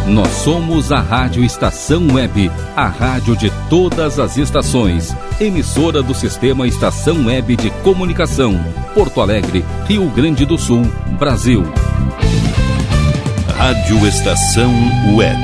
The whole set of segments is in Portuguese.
Nós somos a Rádio Estação Web, a rádio de todas as estações. Emissora do Sistema Estação Web de Comunicação. Porto Alegre, Rio Grande do Sul, Brasil. Rádio Estação Web.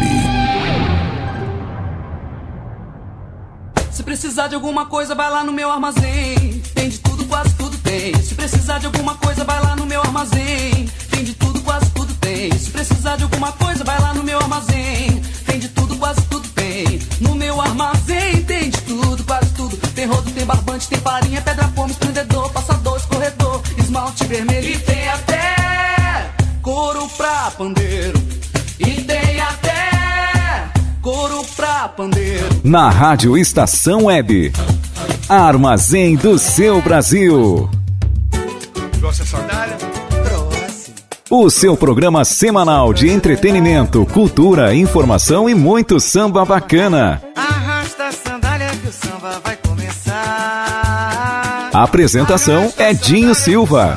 Se precisar de alguma coisa, vai lá no meu armazém. Tem de tudo, quase tudo tem. Se precisar de alguma coisa, vai lá no meu armazém. Tem de tudo, quase tudo tem. Se precisar de alguma coisa, vai lá no meu armazém. Tem de tudo, quase tudo tem. No meu armazém tem de tudo, quase tudo. Tem rodo, tem barbante, tem farinha, pedra, pome, estendedor, passador, escorredor, esmalte vermelho. E tem até couro pra pandeiro. E tem até couro pra pandeiro. Na Rádio Estação Web, Armazém do seu Brasil. Trouxe a sandália? O seu programa semanal de entretenimento, cultura, informação e muito samba bacana. Arrasta a sandália que o samba vai começar. A apresentação é Dinho Silva.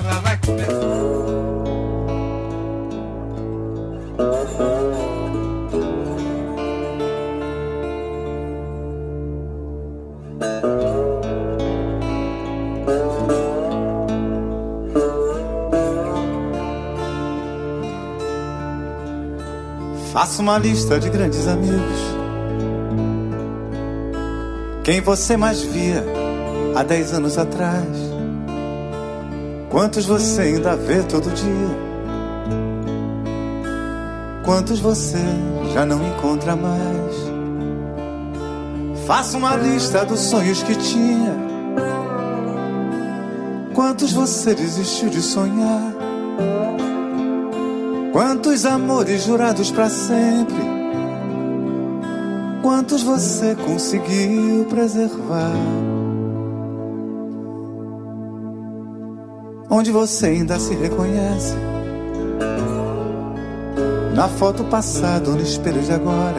Faça uma lista de grandes amigos. Quem você mais via há 10 anos atrás? Quantos você ainda vê todo dia? Quantos você já não encontra mais? Faça uma lista dos sonhos que tinha. Quantos você desistiu de sonhar? Quantos amores jurados pra sempre? Quantos você conseguiu preservar? Onde você ainda se reconhece? Na foto passada ou no espelho de agora?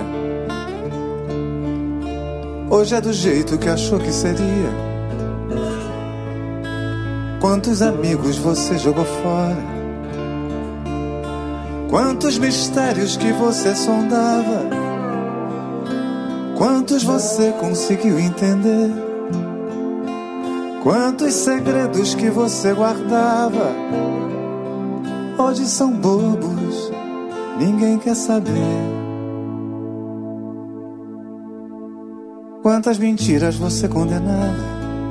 Hoje é do jeito que achou que seria? Quantos amigos você jogou fora? Quantos mistérios que você sondava? Quantos você conseguiu entender? Quantos segredos que você guardava? Hoje são bobos, ninguém quer saber. Quantas mentiras você condenava?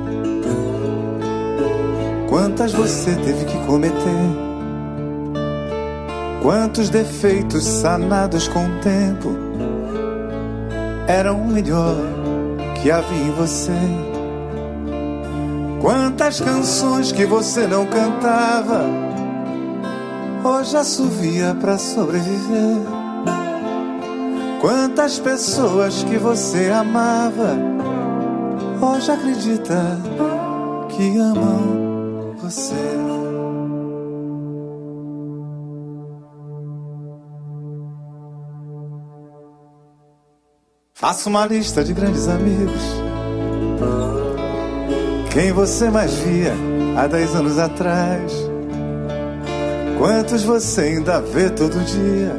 Quantas você teve que cometer? Quantos defeitos sanados com o tempo eram o melhor que havia em você? Quantas canções que você não cantava hoje assovia pra sobreviver? Quantas pessoas que você amava hoje acredita que amam você? Faça uma lista de grandes amigos. Quem você mais via há 10 anos atrás? Quantos você ainda vê todo dia?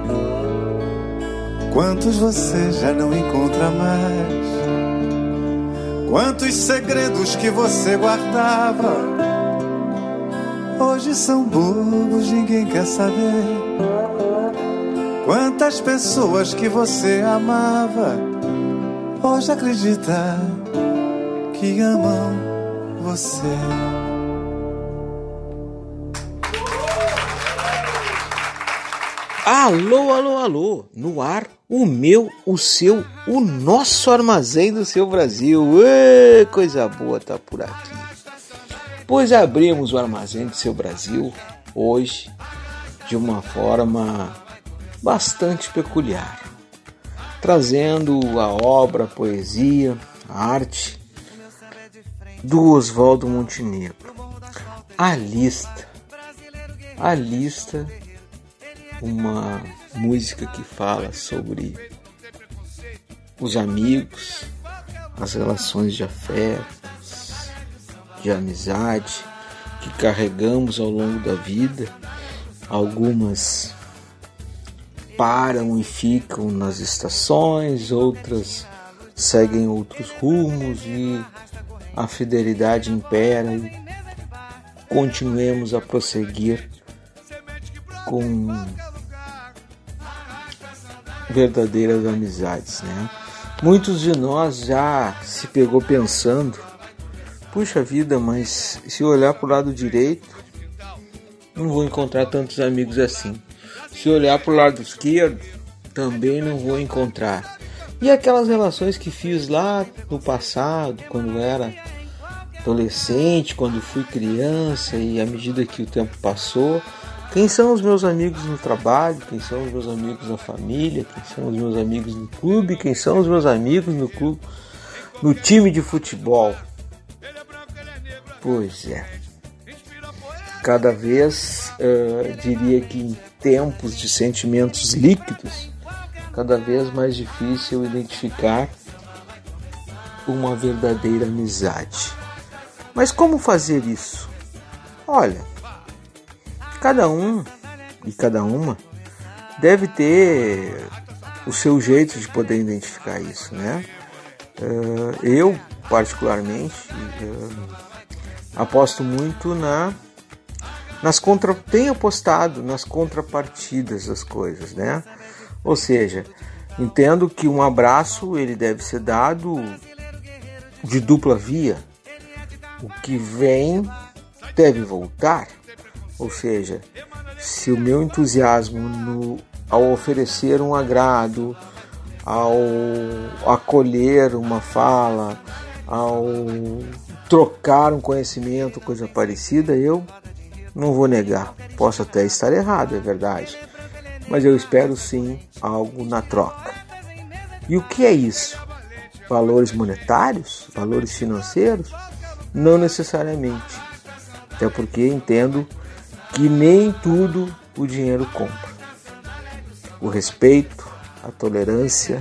Quantos você já não encontra mais? Quantos segredos que você guardava hoje são bobos, ninguém quer saber? Quantas pessoas que você amava hoje acredita que amam você? Alô, alô, alô, no ar, o meu, o seu, o nosso armazém do seu Brasil. Ê, coisa boa tá por aqui. Pois abrimos o armazém do seu Brasil hoje de uma forma bastante peculiar, trazendo a obra, a poesia, a arte do Oswaldo Montenegro. A Lista, uma música que fala sobre os amigos, as relações de afeto, de amizade que carregamos ao longo da vida, algumas param e ficam nas estações, outras seguem outros rumos e a fidelidade impera e continuemos a prosseguir com verdadeiras amizades, né? Muitos de nós já se pegou pensando, puxa vida, mas se eu olhar para o lado direito, não vou encontrar tantos amigos assim. Se eu olhar para o lado esquerdo, também não vou encontrar. E aquelas relações que fiz lá no passado, quando era adolescente, quando fui criança e à medida que o tempo passou, quem são os meus amigos no trabalho, quem são os meus amigos na família, quem são os meus amigos no clube, quem são os meus amigos no clube, no time de futebol? Pois é, cada vez diria que em tempos de sentimentos líquidos, cada vez mais difícil identificar uma verdadeira amizade. Mas como fazer isso? Olha, cada um e cada uma deve ter o seu jeito de poder identificar isso, né? Eu, particularmente, aposto muito tenho apostado nas contrapartidas das coisas, né? Ou seja, entendo que um abraço ele deve ser dado de dupla via. O que vem deve voltar. Ou seja, se o meu entusiasmo ao oferecer um agrado, ao acolher uma fala, ao trocar um conhecimento, coisa parecida, eu não vou negar. Posso até estar errado, é verdade, mas eu espero sim algo na troca. E o que é isso? Valores monetários? Valores financeiros? Não necessariamente. Até porque entendo que nem tudo o dinheiro compra. O respeito, a tolerância,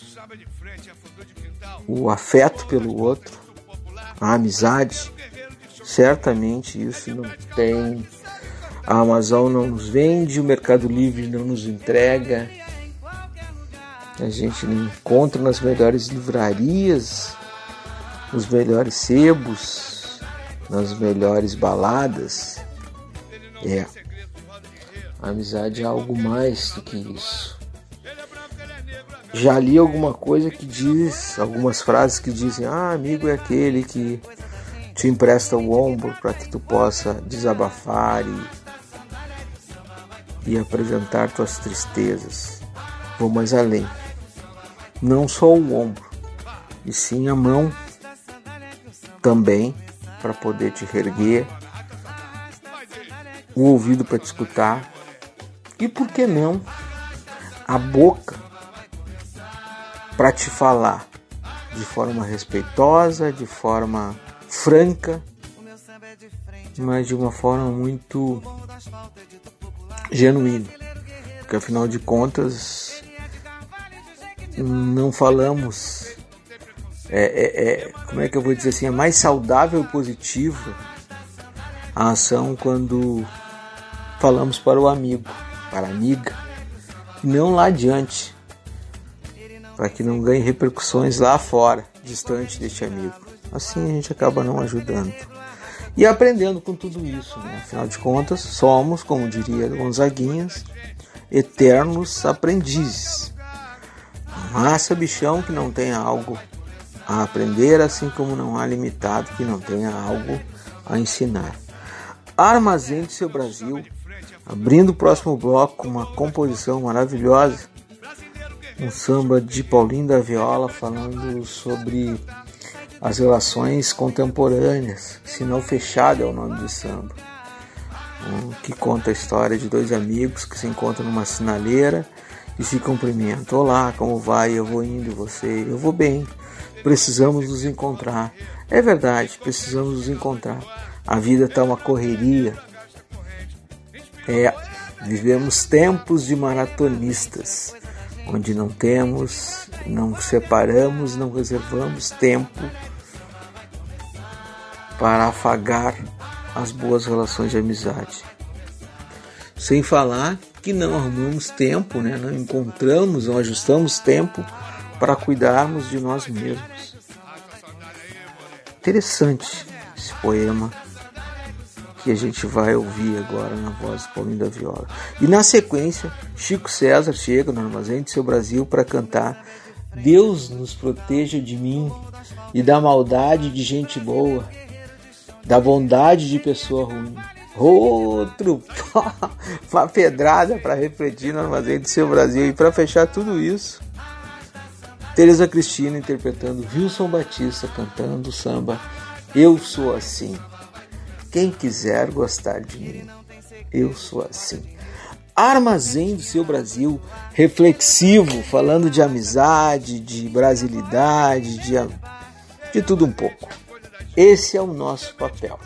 o afeto pelo outro, a amizade, certamente isso não tem. A Amazon não nos vende, o Mercado Livre não nos entrega. A gente não encontra nas melhores livrarias, nos melhores sebos, nas melhores baladas. A amizade é algo mais do que isso. Já li alguma coisa que diz, algumas frases que dizem: amigo é aquele que te empresta o ombro para que tu possa desabafar e apresentar tuas tristezas. Vou mais além. Não só o ombro, e sim a mão também, para poder te reerguer, o ouvido para te escutar, e por que não a boca para te falar de forma respeitosa, de forma franca, mas de uma forma muito genuína, porque afinal de contas não falamos, como é que eu vou dizer assim, é mais saudável e positivo a ação quando falamos para o amigo, para a amiga, e não lá adiante, para que não ganhe repercussões lá fora, distante deste amigo. Assim a gente acaba não ajudando e aprendendo com tudo isso, né? Afinal de contas, somos, como diria Gonzaguinhas, eternos aprendizes. Não há sabichão que não tenha algo a aprender, assim como não há limitado que não tenha algo a ensinar. Armazém do Seu Brasil, abrindo o próximo bloco com uma composição maravilhosa, um samba de Paulinho da Viola falando sobre as relações contemporâneas. Sinal Fechado é o nome do samba, que conta a história de dois amigos que se encontram numa sinaleira e se cumprimentam. Olá, como vai? Eu vou indo, e você? Eu vou bem. Precisamos nos encontrar. É verdade, precisamos nos encontrar. A vida está uma correria. Vivemos tempos de maratonistas, onde não separamos, não reservamos tempo para afagar as boas relações de amizade. Sem falar que não arrumamos tempo, né? Não encontramos, não ajustamos tempo para cuidarmos de nós mesmos. Interessante esse poema que a gente vai ouvir agora na voz do Paulinho da Viola. E na sequência, Chico César chega no Armazém do Seu Brasil para cantar Deus nos proteja de mim e da maldade de gente boa, da bondade de pessoa ruim. Outro uma pedrada para refletir no Armazém do Seu Brasil. E para fechar tudo isso, Tereza Cristina interpretando Wilson Batista cantando o samba Eu Sou Assim. Quem quiser gostar de mim, eu sou assim. Armazém do Seu Brasil, reflexivo, falando de amizade, de brasilidade, de tudo um pouco. Esse é o nosso papel.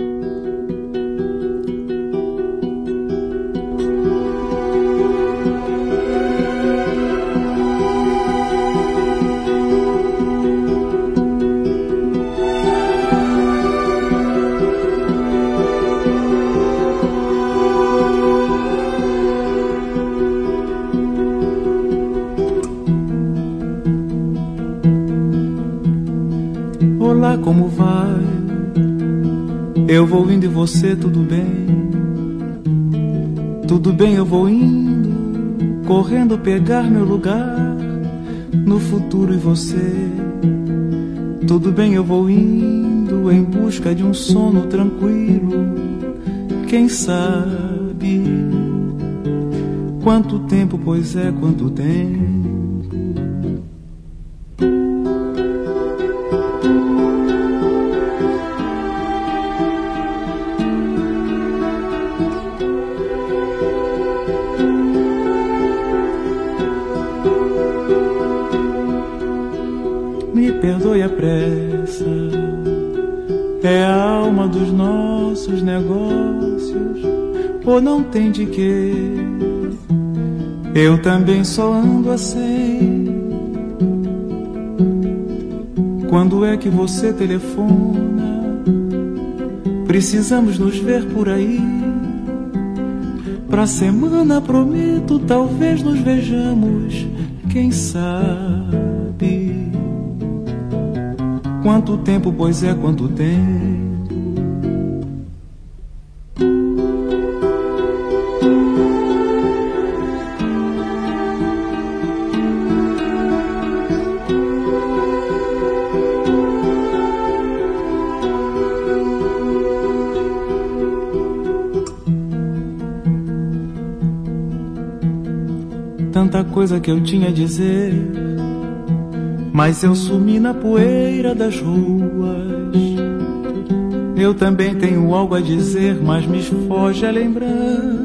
Olá, como vai? Eu vou indo e você, tudo bem? Tudo bem, eu vou indo, correndo pegar meu lugar no futuro e você. Tudo bem, eu vou indo em busca de um sono tranquilo. Quem sabe quanto tempo, pois é, quanto tempo. Perdoe a pressa, é a alma dos nossos negócios, ou não tem de quê? Eu também só ando assim. Quando é que você telefona? Precisamos nos ver por aí. Pra semana prometo, talvez nos vejamos, quem sabe. Quanto tempo, pois é, quanto tempo. Tanta coisa que eu tinha a dizer, mas eu sumi na poeira das ruas. Eu também tenho algo a dizer, mas me foge a lembrança.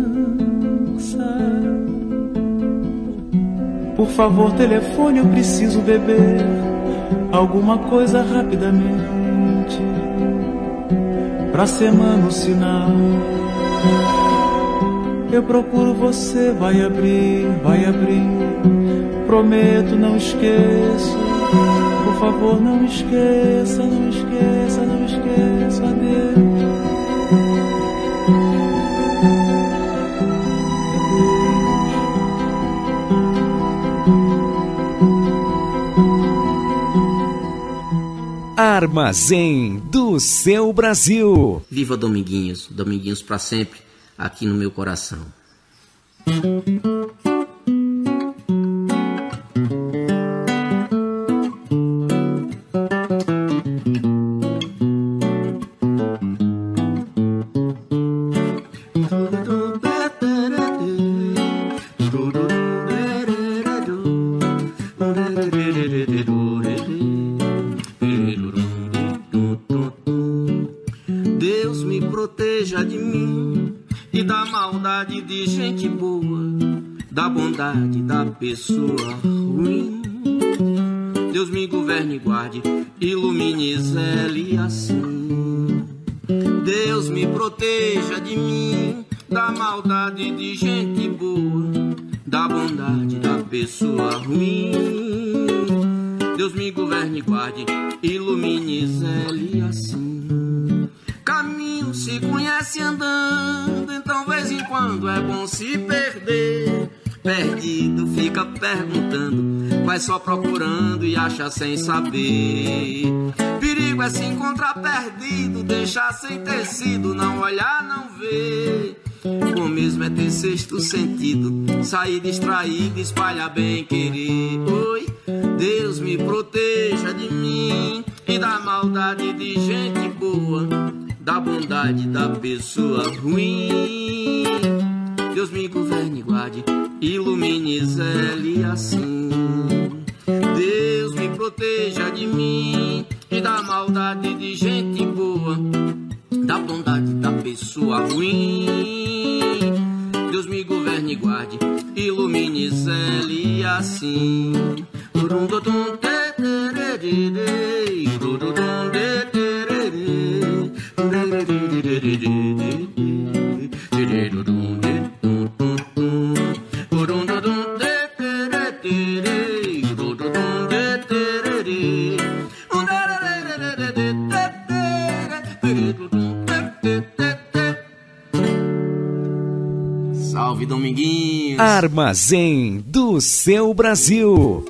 Por favor, telefone, eu preciso beber alguma coisa rapidamente. Pra semana o sinal eu procuro, você vai abrir, vai abrir. Prometo, não esqueço. Por favor, não esqueça, não esqueça, não esqueça, adeus. Armazém do Seu Brasil. Viva Dominguinhos, Dominguinhos pra sempre, aqui no meu coração. Deus me proteja de mim e da maldade de gente boa, da bondade da pessoa ruim. Deus me governe e guarde, ilumine e zele assim. Deus me proteja de mim, da maldade de gente boa, da bondade da pessoa ruim. Deus me governe e guarde, ilumine e zele assim. Caminho mundo se conhece andando, então vez em quando é bom se perder. Perdido fica perguntando, vai só procurando e acha sem saber. Perigo é se encontrar perdido, deixar sem tecido, não olhar, não ver. O mesmo é ter sexto sentido, sair distraído, espalhar bem querer. Oi, Deus me proteja de mim e da maldade de gente boa, da bondade da pessoa ruim. Deus me governe e guarde, ilumine, zele assim. Deus me proteja de mim e da maldade de gente boa, da bondade da pessoa ruim. Deus me governe e guarde, ilumine, zele assim. Salve, Dominguinhos! Armazém do Seu Brasil.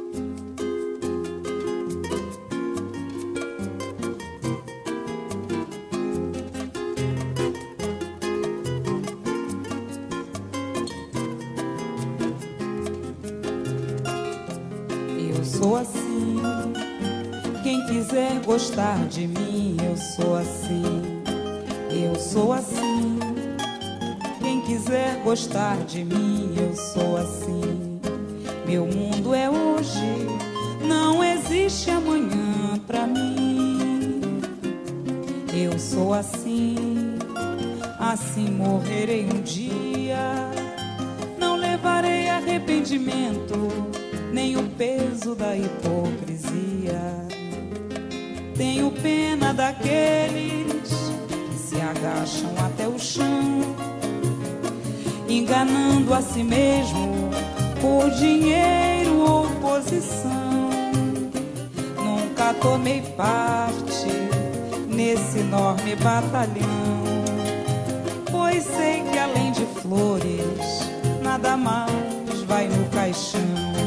Eu sou assim, quem quiser gostar de mim, eu sou assim. Eu sou assim, quem quiser gostar de mim, eu sou assim. Meu mundo é hoje, não existe amanhã pra mim. Eu sou assim, assim morrerei um dia. Não levarei arrependimento, nem o peso da hipocrisia. Tenho pena daqueles que se agacham até o chão, enganando a si mesmo por dinheiro ou posição. Nunca tomei parte nesse enorme batalhão, pois sei que além de flores nada mais vai no caixão.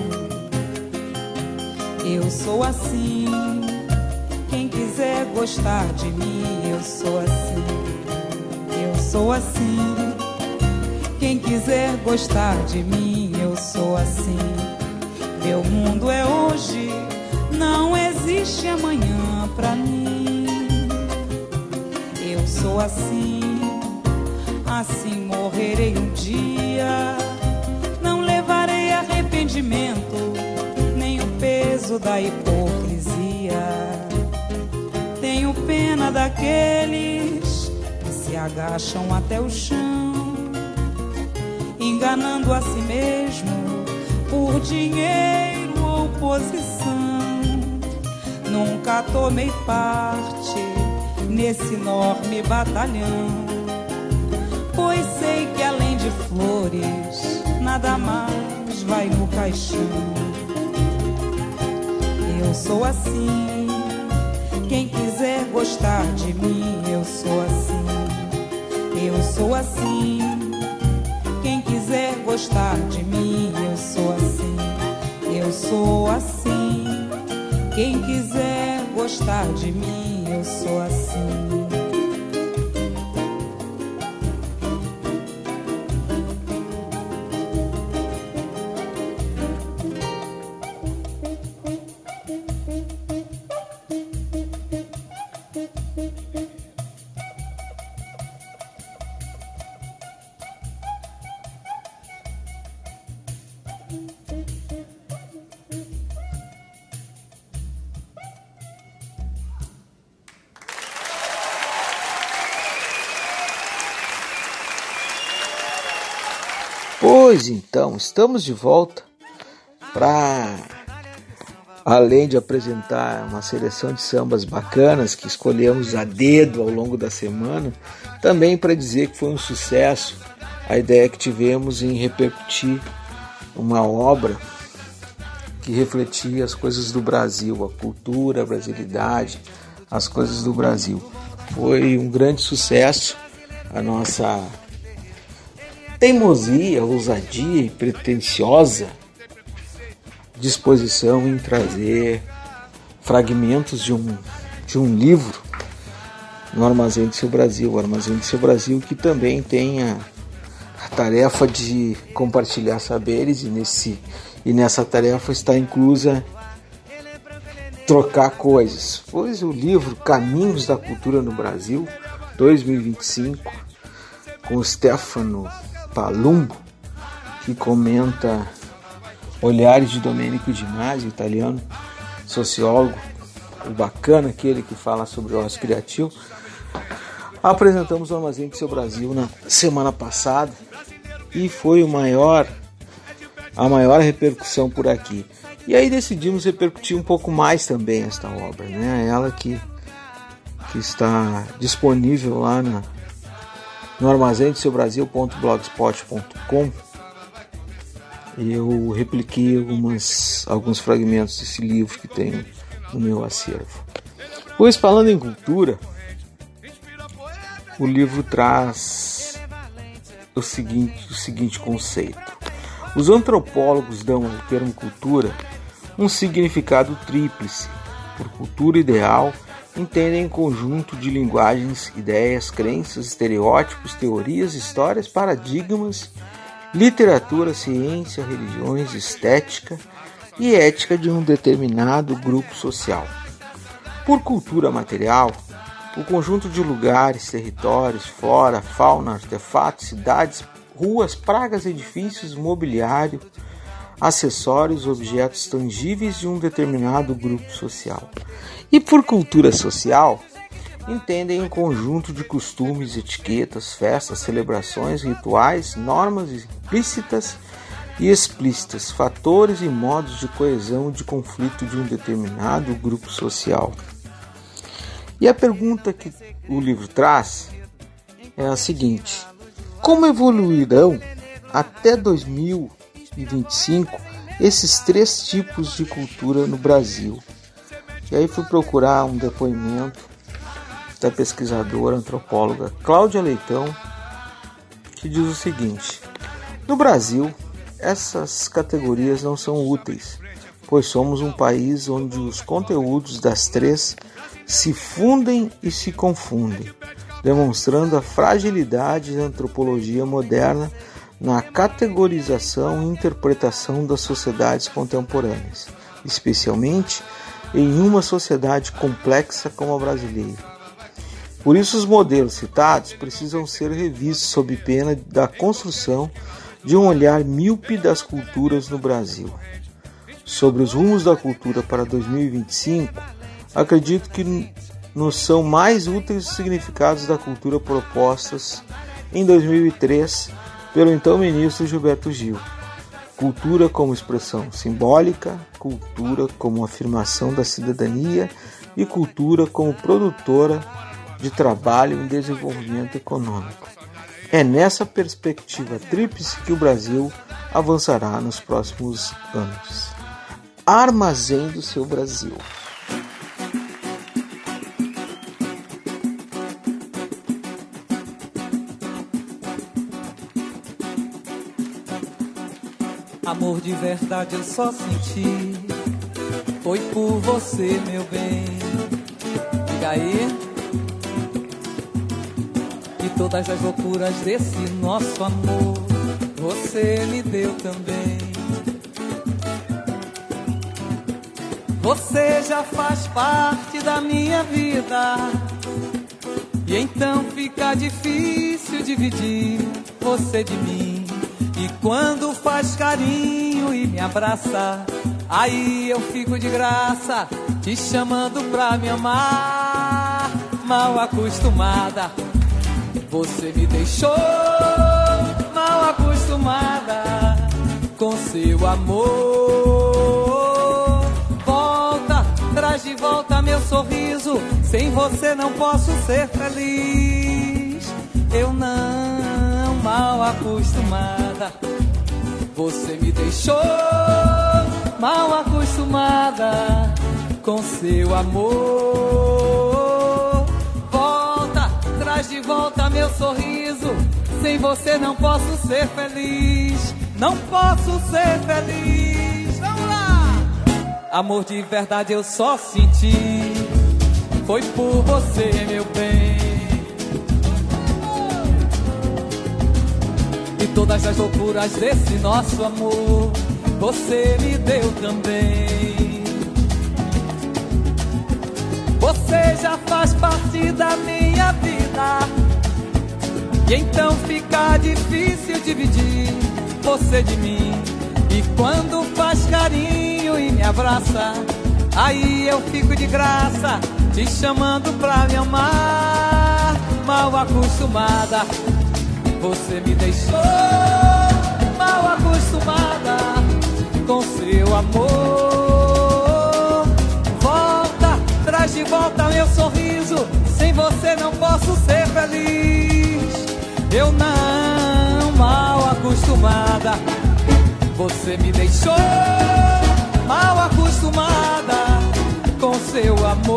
Eu sou assim, quem quiser gostar de mim, eu sou assim. Eu sou assim, quem quiser gostar de mim, eu sou assim. Meu mundo é hoje, não existe amanhã pra mim. Eu sou assim, assim morrerei um dia. Não levarei arrependimento, nem o peso da hipocrisia. Tenho pena daqueles que se agacham até o chão, enganando a si mesmo por dinheiro ou posição. Nunca tomei parte nesse enorme batalhão, pois sei que além de flores nada mais vai no caixão. Eu sou assim, quem quiser gostar de mim, eu sou assim. Eu sou assim, quem quiser gostar de mim, eu sou assim. Eu sou assim, quem quiser gostar de mim, eu sou assim. Pois então, estamos de volta para, além de apresentar uma seleção de sambas bacanas que escolhemos a dedo ao longo da semana, também para dizer que foi um sucesso a ideia que tivemos em repercutir uma obra que refletia as coisas do Brasil, a cultura, a brasilidade, as coisas do Brasil. Foi um grande sucesso a nossa teimosia, ousadia e pretensiosa disposição em trazer fragmentos de um livro no Armazém do Seu Brasil. O Armazém do Seu Brasil, que também tem a tarefa de compartilhar saberes, e nessa tarefa está inclusa trocar coisas. Pois o livro Caminhos da Cultura no Brasil 2025, com Stefano Palumbo, que comenta Olhares de Domenico Di Masi, italiano, sociólogo, o bacana, aquele que fala sobre o ócio criativo. Apresentamos o Armazém do Seu Brasil na semana passada e foi a maior repercussão por aqui. E aí decidimos repercutir um pouco mais também esta obra, né? Ela que está disponível lá no armazemdoseubrasil.blogspot.com. Eu repliquei alguns fragmentos desse livro que tenho no meu acervo. Pois, falando em cultura, o livro traz o seguinte conceito. Os antropólogos dão ao termo cultura um significado tríplice. Por cultura ideal, entendem um conjunto de linguagens, ideias, crenças, estereótipos, teorias, histórias, paradigmas, literatura, ciência, religiões, estética e ética de um determinado grupo social. Por cultura material, o conjunto de lugares, territórios, flora, fauna, artefatos, cidades, ruas, pragas, edifícios, mobiliário, acessórios, objetos tangíveis de um determinado grupo social. E por cultura social, entendem um conjunto de costumes, etiquetas, festas, celebrações, rituais, normas implícitas e explícitas, fatores e modos de coesão e de conflito de um determinado grupo social. E a pergunta que o livro traz é a seguinte: como evoluirão até 2025 esses três tipos de cultura no Brasil? E aí fui procurar um depoimento da pesquisadora antropóloga Cláudia Leitão, que diz o seguinte: no Brasil, essas categorias não são úteis, pois somos um país onde os conteúdos das três se fundem e se confundem, demonstrando a fragilidade da antropologia moderna na categorização e interpretação das sociedades contemporâneas, especialmente em uma sociedade complexa como a brasileira. Por isso, os modelos citados precisam ser revistos sob pena da construção de um olhar míope das culturas no Brasil. Sobre os rumos da cultura para 2025, acredito que nos são mais úteis os significados da cultura propostas em 2003 pelo então ministro Gilberto Gil. Cultura como expressão simbólica, cultura como afirmação da cidadania e cultura como produtora de trabalho e desenvolvimento econômico. É nessa perspectiva tríplice que o Brasil avançará nos próximos anos. Armazém do Seu Brasil. Amor de verdade eu só senti, foi por você, meu bem. Diga aí. E todas as loucuras desse nosso amor, você me deu também. Você já faz parte da minha vida, e então fica difícil dividir você de mim. E quando faz carinho e me abraça, aí eu fico de graça, te chamando pra me amar. Mal acostumada, você me deixou mal acostumada com seu amor. Volta, traz de volta meu sorriso, sem você não posso ser feliz. Eu não, mal acostumada, você me deixou mal acostumada com seu amor. Volta, traz de volta volta meu sorriso. Sem você não posso ser feliz. Não posso ser feliz. Vamos lá! Amor de verdade eu só senti. Foi por você, meu bem. E todas as loucuras desse nosso amor você me deu também. Você já faz parte da minha vida. E então fica difícil dividir você de mim. E quando faz carinho e me abraça, aí eu fico de graça, te chamando pra me amar. Mal acostumada, você me deixou mal acostumada com seu amor. Volta, traz de volta meu sorriso. Sem você não posso ser feliz. Eu não, mal acostumada, você me deixou mal acostumada com seu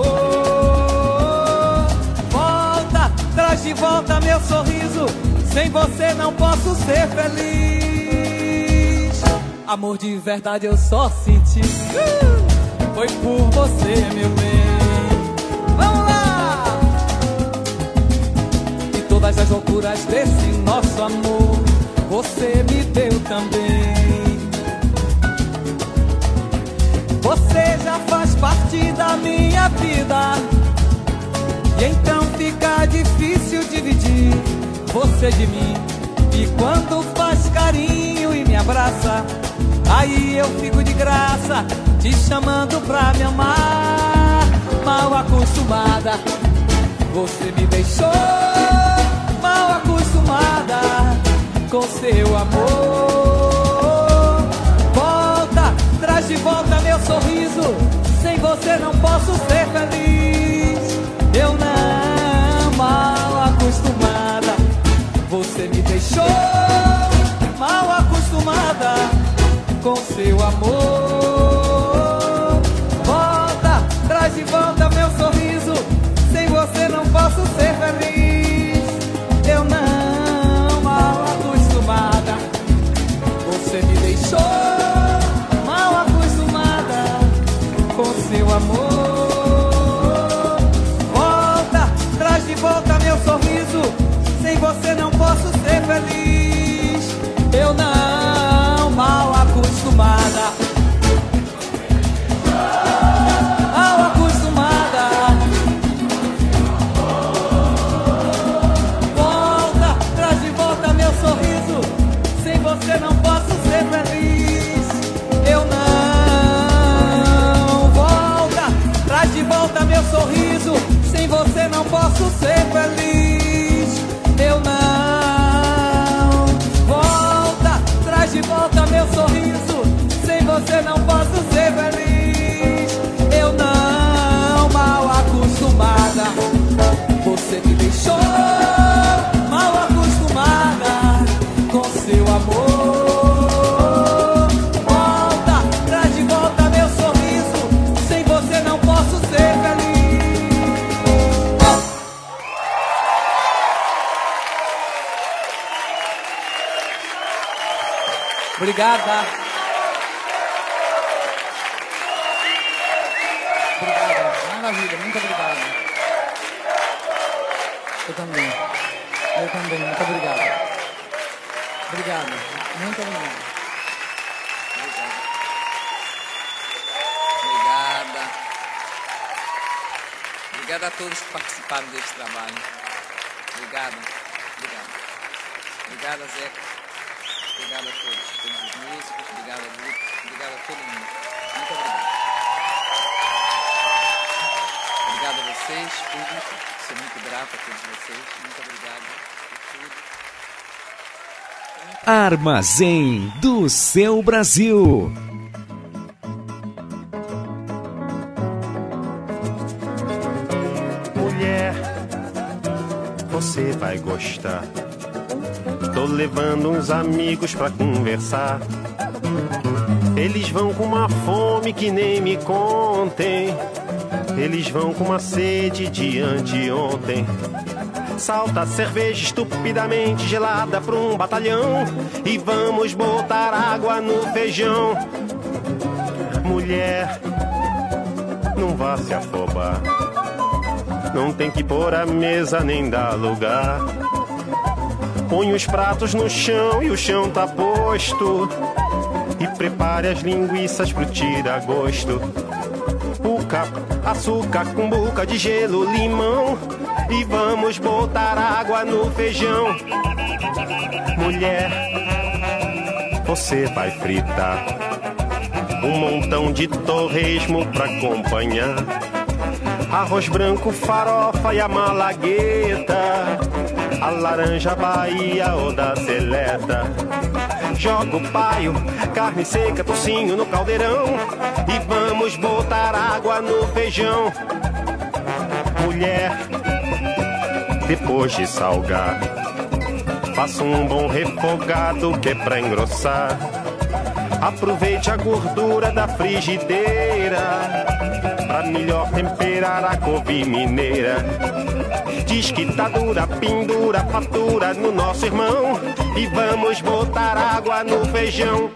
amor. Volta, traz de volta meu sorriso. Sem você não posso ser feliz. Amor de verdade eu só senti. Foi por você, meu bem. Vamos lá! E todas as loucuras desse nosso amor você me deu também. Você já faz parte da minha vida. E então fica difícil dividir você de mim. E quando faz carinho e me abraça, aí eu fico de graça, te chamando pra me amar. Mal acostumada, você me deixou mal acostumada com seu amor. Volta, traz de volta meu sorriso. Sem você não posso ser feliz. Eu não, mal acostumada, você me deixou mal acostumada com seu amor. Volta, traz de volta meu sorriso. Sem você não posso ser feliz. Eu não, mal acostumada, você me deixou mal acostumada com seu amor. Volta, traz de volta meu sorriso. Sem você não posso ser feliz. Eu não, mal acostumada, mal acostumada. Volta, traz de volta meu sorriso. Sem você não posso ser feliz. Eu não. Volta, traz de volta meu sorriso. Sem você não posso ser feliz. Eu não. Volta, traz de volta meu sorriso. Sem você não posso ser feliz. Eu não, mal acostumada, você me deixou mal acostumada com seu amor. Volta, traz de volta meu sorriso. Sem você não posso ser feliz. Obrigada. Obrigada. Maravilha, muito obrigado. Eu também. Muito obrigado. Obrigado. Muito obrigado. Obrigada. Obrigada a todos que participaram desse trabalho. Obrigado. Obrigada, Zeca. Obrigado a todos os músicos, obrigado a Guto, obrigado a todo mundo. Muito obrigado. Obrigado a vocês, público. Sou muito grato a todos vocês. Muito obrigado por tudo. Armazém do Seu Brasil. Mulher, você vai gostar. Tô levando uns amigos pra conversar. Eles vão com uma fome que nem me contem. Eles vão com uma sede de anteontem. Salta a cerveja estupidamente gelada pra um batalhão e vamos botar água no feijão. Mulher, não vá se afobar, não tem que pôr a mesa nem dar lugar. Põe os pratos no chão e o chão tá posto, e prepare as linguiças pro tira-gosto. Puca, açúcar, cumbuca de gelo, limão, e vamos botar água no feijão. Mulher, você vai fritar um montão de torresmo pra acompanhar. Arroz branco, farofa e a malagueta, a laranja Bahia ou da seleta. Joga o paio, carne seca, tocinho no caldeirão, e vamos botar água no feijão. Mulher, depois de salgar, faça um bom refogado que é pra engrossar. Aproveite a gordura da frigideira pra melhor temperar a couve mineira. Diz que tá dura, pendura, fatura no nosso irmão, e vamos botar água no feijão.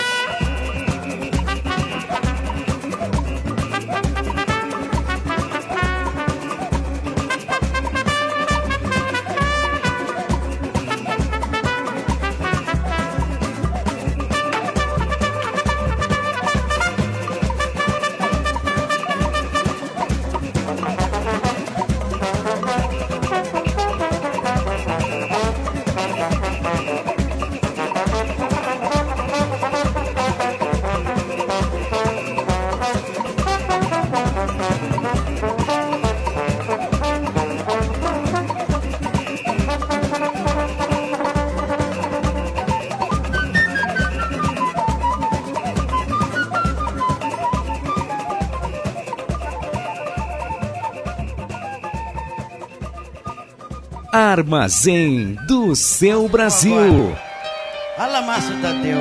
Armazém do Seu Brasil. Fala, Márcio Tadeu.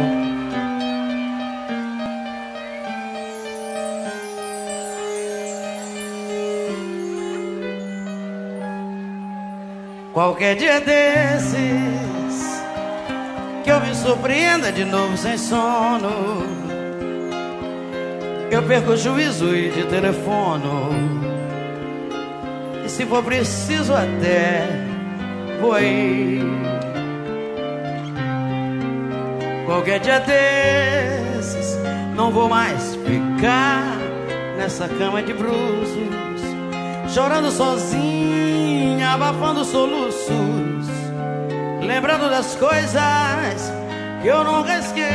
Qualquer dia desses que eu me surpreenda de novo sem sono, eu perco o juízo e de telefono, e se for preciso até vou aí. Qualquer dia desses não vou mais ficar nessa cama de bruços, chorando sozinha, abafando soluços, lembrando das coisas que eu nunca esqueci.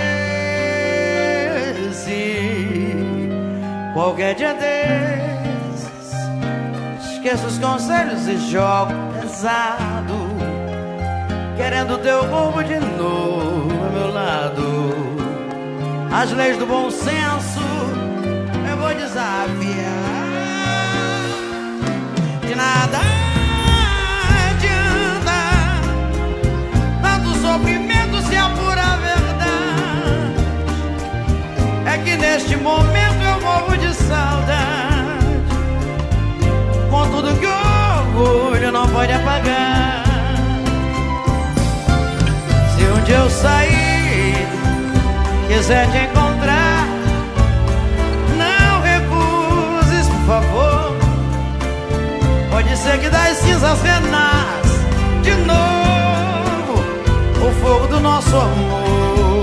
Qualquer dia desses esqueço os conselhos e jogo pesado, querendo teu corpo de novo ao meu lado. As leis do bom senso eu vou desafiar. De nada adianta tanto sofrimento se a pura verdade é que neste momento eu morro de saudade, com tudo que o orgulho não pode apagar. Se um dia eu sair, quiser te encontrar, não recuses, por favor. Pode ser que das cinzas renasça de novo o fogo do nosso amor.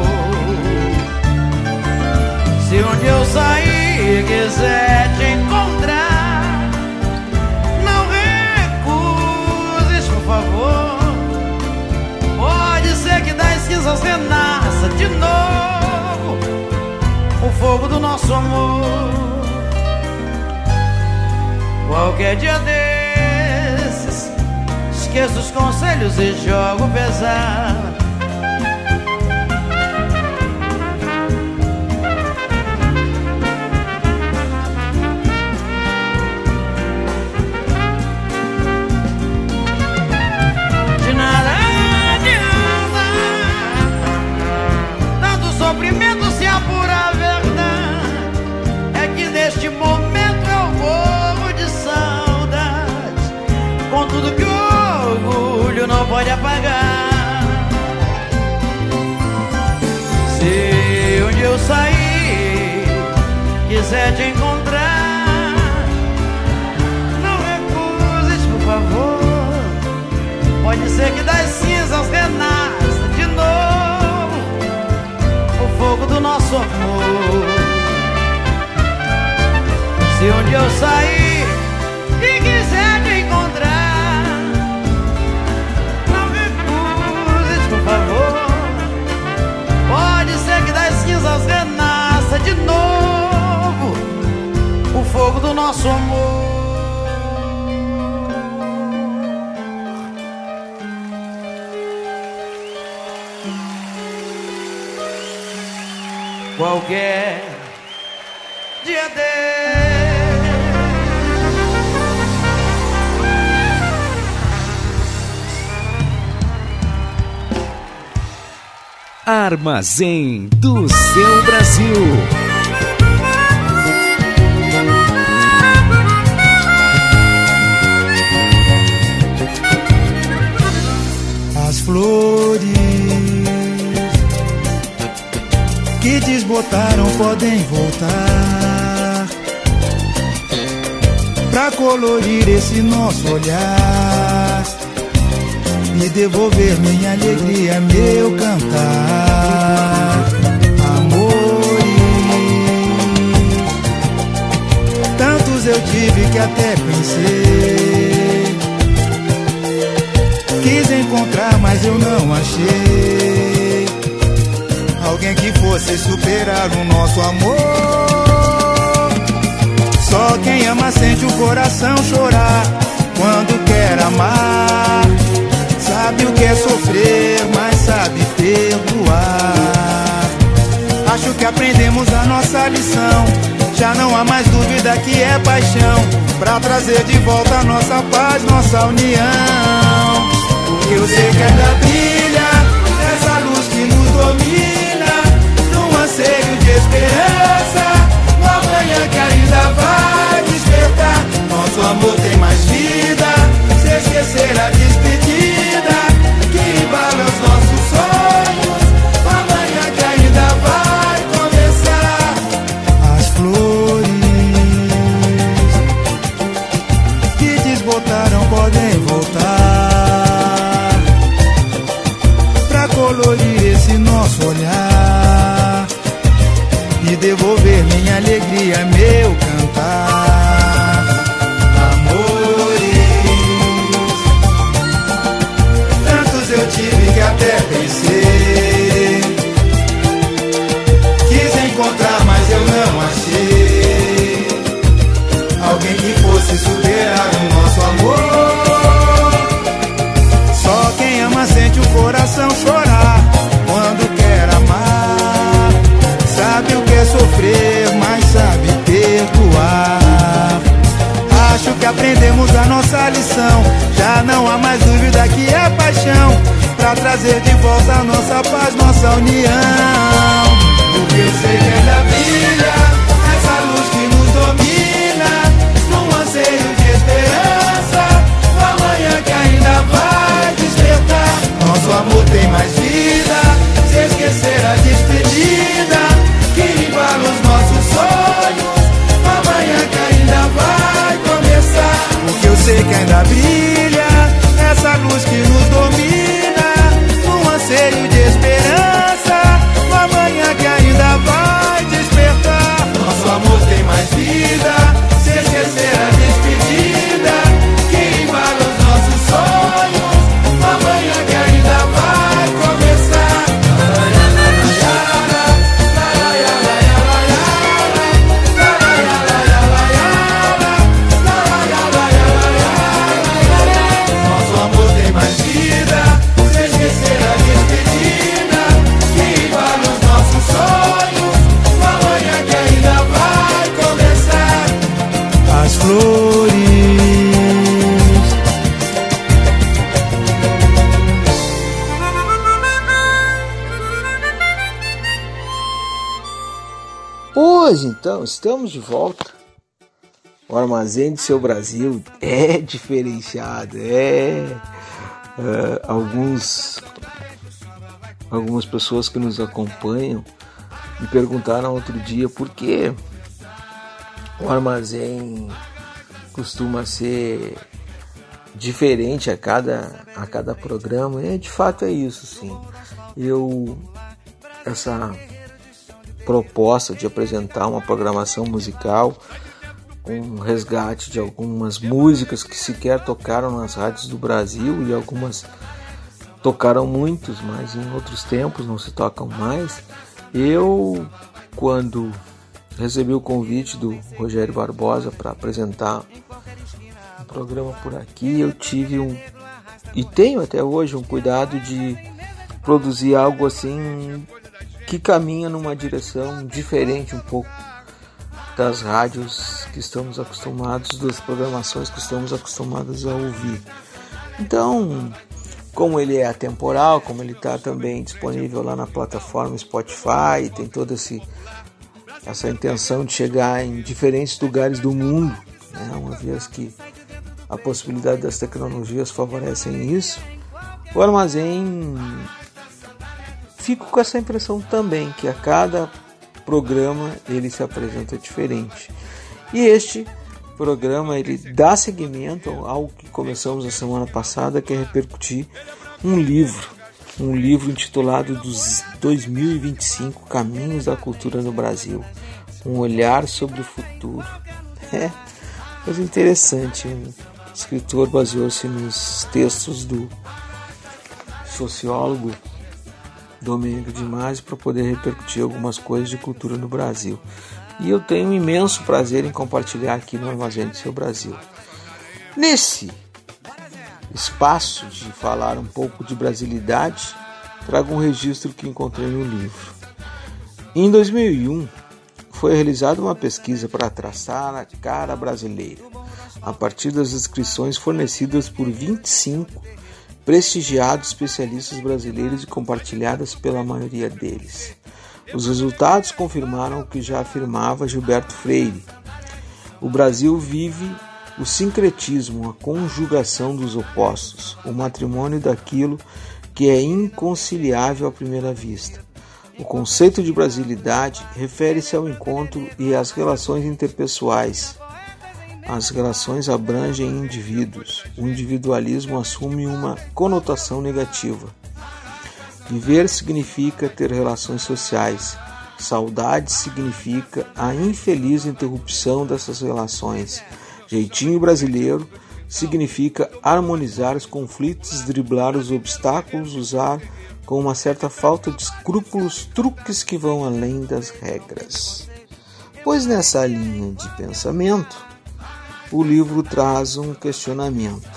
Se um dia eu sair, quiser te encontrar, não recuses, por favor. Pode ser que das cinzas renasça de novo o fogo do nosso amor. Qualquer dia desses esqueço os conselhos e jogo pesado. De nada adianta tanto sofrimento se a pura verdade é que neste momento eu morro de saudade, com tudo que o quiser te encontrar, não recuses, por favor. Pode ser que das cinzas renasça de novo o fogo do nosso amor. Se um dia eu sair e quiser te encontrar, não recuses, por favor. Pode ser que das cinzas renasça de novo o fogo do nosso amor. Qualquer dia Armazém do Seu Brasil. As flores que desbotaram podem voltar pra colorir esse nosso olhar e devolver minha alegria, meu cantar. Amores, tantos eu tive que até pensei, quis encontrar, mas eu não achei alguém que fosse superar o nosso amor. Só quem ama sente o coração chorar quando quer amar. Sabe o que é sofrer, mas sabe perdoar. Acho que aprendemos a nossa lição. Já não há mais dúvida que é paixão pra trazer de volta a nossa paz, nossa união. Porque eu sei que ainda brilha essa luz que nos domina, num anseio de esperança, no amanhã que ainda vai despertar. Nosso amor tem mais vida, se esquecer a despedida que embala os nossos sonhos, no amanhã que ainda vai começar. As flores que desbotaram podem voltar pra colorir esse nosso olhar e devolver minha alegria, meu cantar. Amores, tantos eu tive que até pensei, quis encontrar, mas eu não achei alguém que fosse superar o nosso amor. Só quem ama sente o coração chorar quando quer amar. Sabe o que é sofrer, mas sabe perdoar. Acho que aprendemos a nossa lição. Já não há mais dúvida que é paixão pra trazer de volta a nossa paz, nossa união. Porque eu sei que ainda brilha essa luz que nos domina, num anseio de esperança, no amanhã que ainda vai despertar. Nosso amor tem mais vida, se esquecer a despedida que embala os nossos sonhos, no amanhã que ainda vai começar. Porque eu sei que ainda brilha essa luz que nos domina, num anseio de esperança, no amanhã que ainda vai despertar. Nosso amor tem mais vida, se esquecer a despedida que embala os nossos sonhos, no amanhã que ainda vai começar. Nosso amor tem mais vida, se esquecer a despedida que embala os nossos sonhos, no amanhã que ainda vai começar. As flores Pois então, estamos de volta. O Armazém do Seu Brasil é diferenciado, algumas pessoas que nos acompanham me perguntaram outro dia por que o armazém costuma ser diferente a cada programa, e de fato é isso, sim. Essa proposta de apresentar uma programação musical com um resgate de algumas músicas que sequer tocaram nas rádios do Brasil, e algumas tocaram muitos, mas em outros tempos não se tocam mais. Eu, quando recebi o convite do Rogério Barbosa para apresentar um programa por aqui, eu tive e tenho até hoje um cuidado de produzir algo assim que caminha numa direção diferente um pouco das rádios que estamos acostumados, das programações que estamos acostumados a ouvir. Então, como ele é atemporal, como ele está também disponível lá na plataforma Spotify, tem toda essa intenção de chegar em diferentes lugares do mundo, né? Uma vez que a possibilidade das tecnologias favorecem isso, o armazém, fico com essa impressão também, que a cada programa ele se apresenta diferente. E este programa ele dá seguimento a algo que começamos a semana passada, que é repercutir um livro intitulado dos 2025 Caminhos da Cultura no Brasil, um olhar sobre o futuro. É coisa interessante. O escritor baseou-se nos textos do sociólogo Domênico de Masi para poder repercutir algumas coisas de cultura no Brasil. E eu tenho um imenso prazer em compartilhar aqui no Armazém do Seu Brasil. Nesse espaço de falar um pouco de brasilidade, trago um registro que encontrei no livro. Em 2001, foi realizada uma pesquisa para traçar a cara brasileira, a partir das descrições fornecidas por 25 prestigiados especialistas brasileiros e compartilhadas pela maioria deles. Os resultados confirmaram o que já afirmava Gilberto Freire. O Brasil vive o sincretismo, a conjugação dos opostos, o matrimônio daquilo que é inconciliável à primeira vista. O conceito de brasilidade refere-se ao encontro e às relações interpessoais. As relações abrangem indivíduos. O individualismo assume uma conotação negativa. Viver significa ter relações sociais. Saudade significa a infeliz interrupção dessas relações. Jeitinho brasileiro significa harmonizar os conflitos, driblar os obstáculos, usar com uma certa falta de escrúpulos truques que vão além das regras. Pois nessa linha de pensamento, o livro traz um questionamento.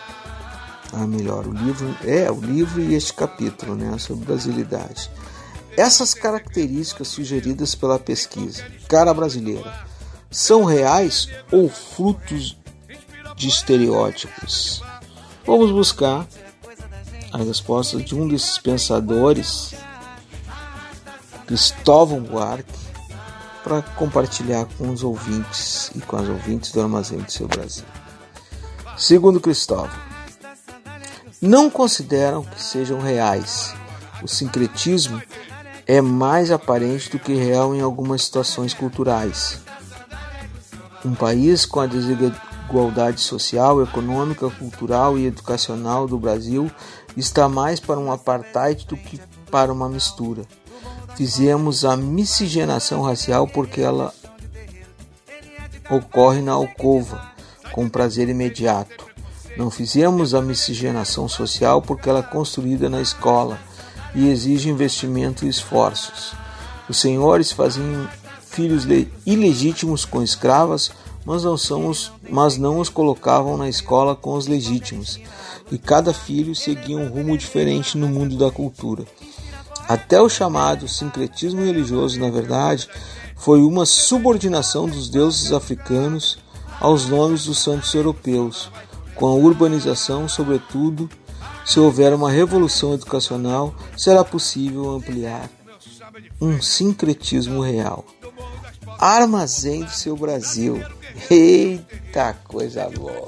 O livro e este capítulo, né, sobre brasilidade. Essas características sugeridas pela pesquisa, cara brasileira, são reais ou frutos de estereótipos? Vamos buscar a resposta de um desses pensadores, Cristóvão Buarque, para compartilhar com os ouvintes e com as ouvintes do Armazém do Seu Brasil. Segundo Cristóvão, não consideram que sejam reais. O sincretismo é mais aparente do que real em algumas situações culturais. Um país com a desigualdade social, econômica, cultural e educacional do Brasil está mais para um apartheid do que para uma mistura. Fizemos a miscigenação racial porque ela ocorre na alcova, com prazer imediato. Não fizemos a miscigenação social porque ela é construída na escola e exige investimento e esforços. Os senhores faziam filhos ilegítimos com escravas, mas não os colocavam na escola com os legítimos, e cada filho seguia um rumo diferente no mundo da cultura. Até o chamado sincretismo religioso, na verdade, foi uma subordinação dos deuses africanos aos nomes dos santos europeus. Com a urbanização, sobretudo, se houver uma revolução educacional, será possível ampliar um sincretismo real. Armazém do Seu Brasil. Eita coisa boa!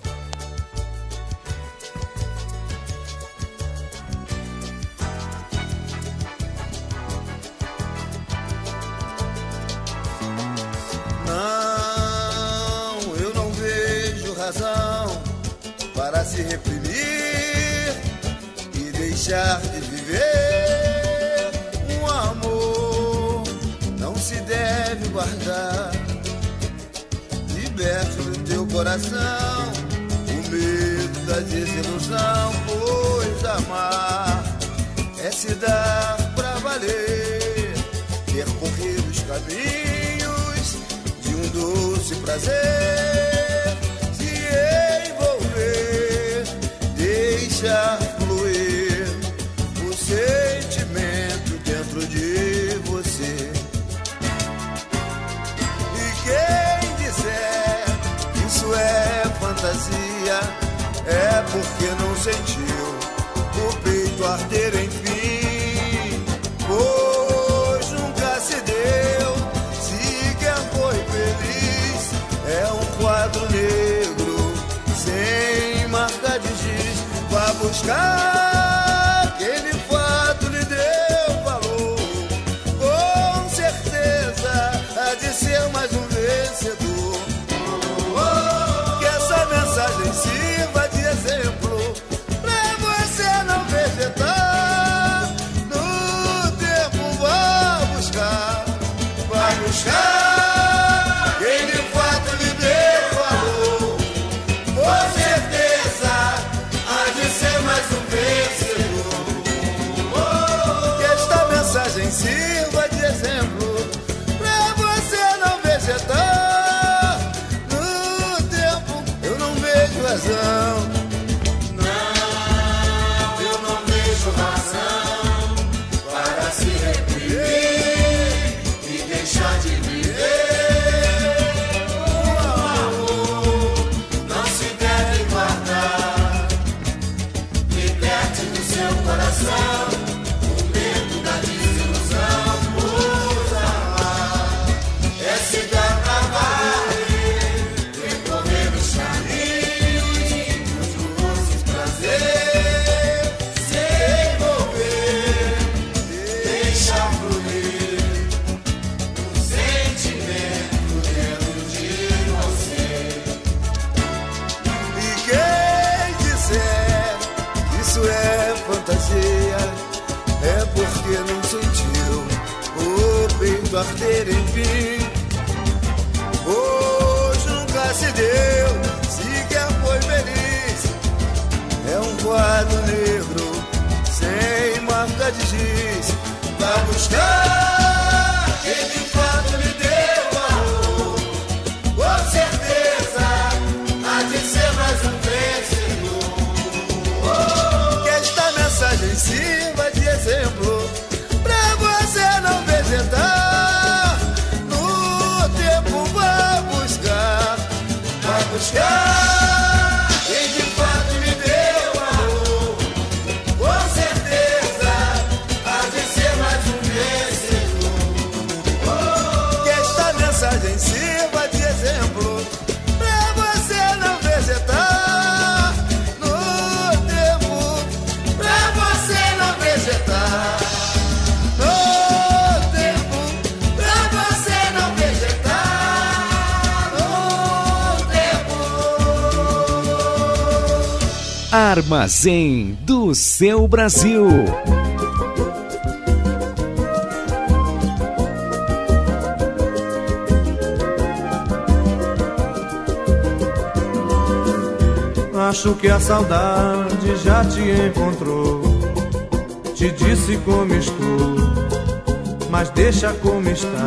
razão para se reprimir e deixar de viver. Um amor não se deve guardar. Liberte do teu coração o medo da desilusão, pois amar é se dar pra valer, percorrer os caminhos de um doce prazer, se envolver, deixar fluir o sentimento dentro de você. E quem disser que isso é fantasia é porque não sentiu o peito arder enfim, pois nunca se deu, sequer foi feliz. É um quadro negro sem marca de giz. Vá buscar aquele fato lhe deu valor, com certeza há de ser mais um vencedor. Que essa mensagem sirva de exemplo pra você não vegetar no tempo. Vai buscar quem de fato lhe deu valor, com certeza há de ser mais um vencedor. Que esta mensagem sirva de exemplo pra você não vegetar no tempo. Eu não vejo razão. É porque não sentiu o peito arder enfim, hoje nunca se deu, sequer foi feliz. É um quadro negro sem marca de giz. Vai buscar quem de fato lhe deu valor, com certeza há de ser mais um vencedor. Que esta mensagem sirva de exemplo pra você não vegetar no tempo. Vai buscar quem de fato lhe deu valor, com certeza há de ser mais um vencedor. Que esta mensagem sirva de exemplo pra você não vegetar no tempo, pra você não vegetar no tempo, pra você não vegetar no tempo. Armazém do Seu Brasil. Acho que a saudade já te encontrou, te disse como estou, mas deixa como está.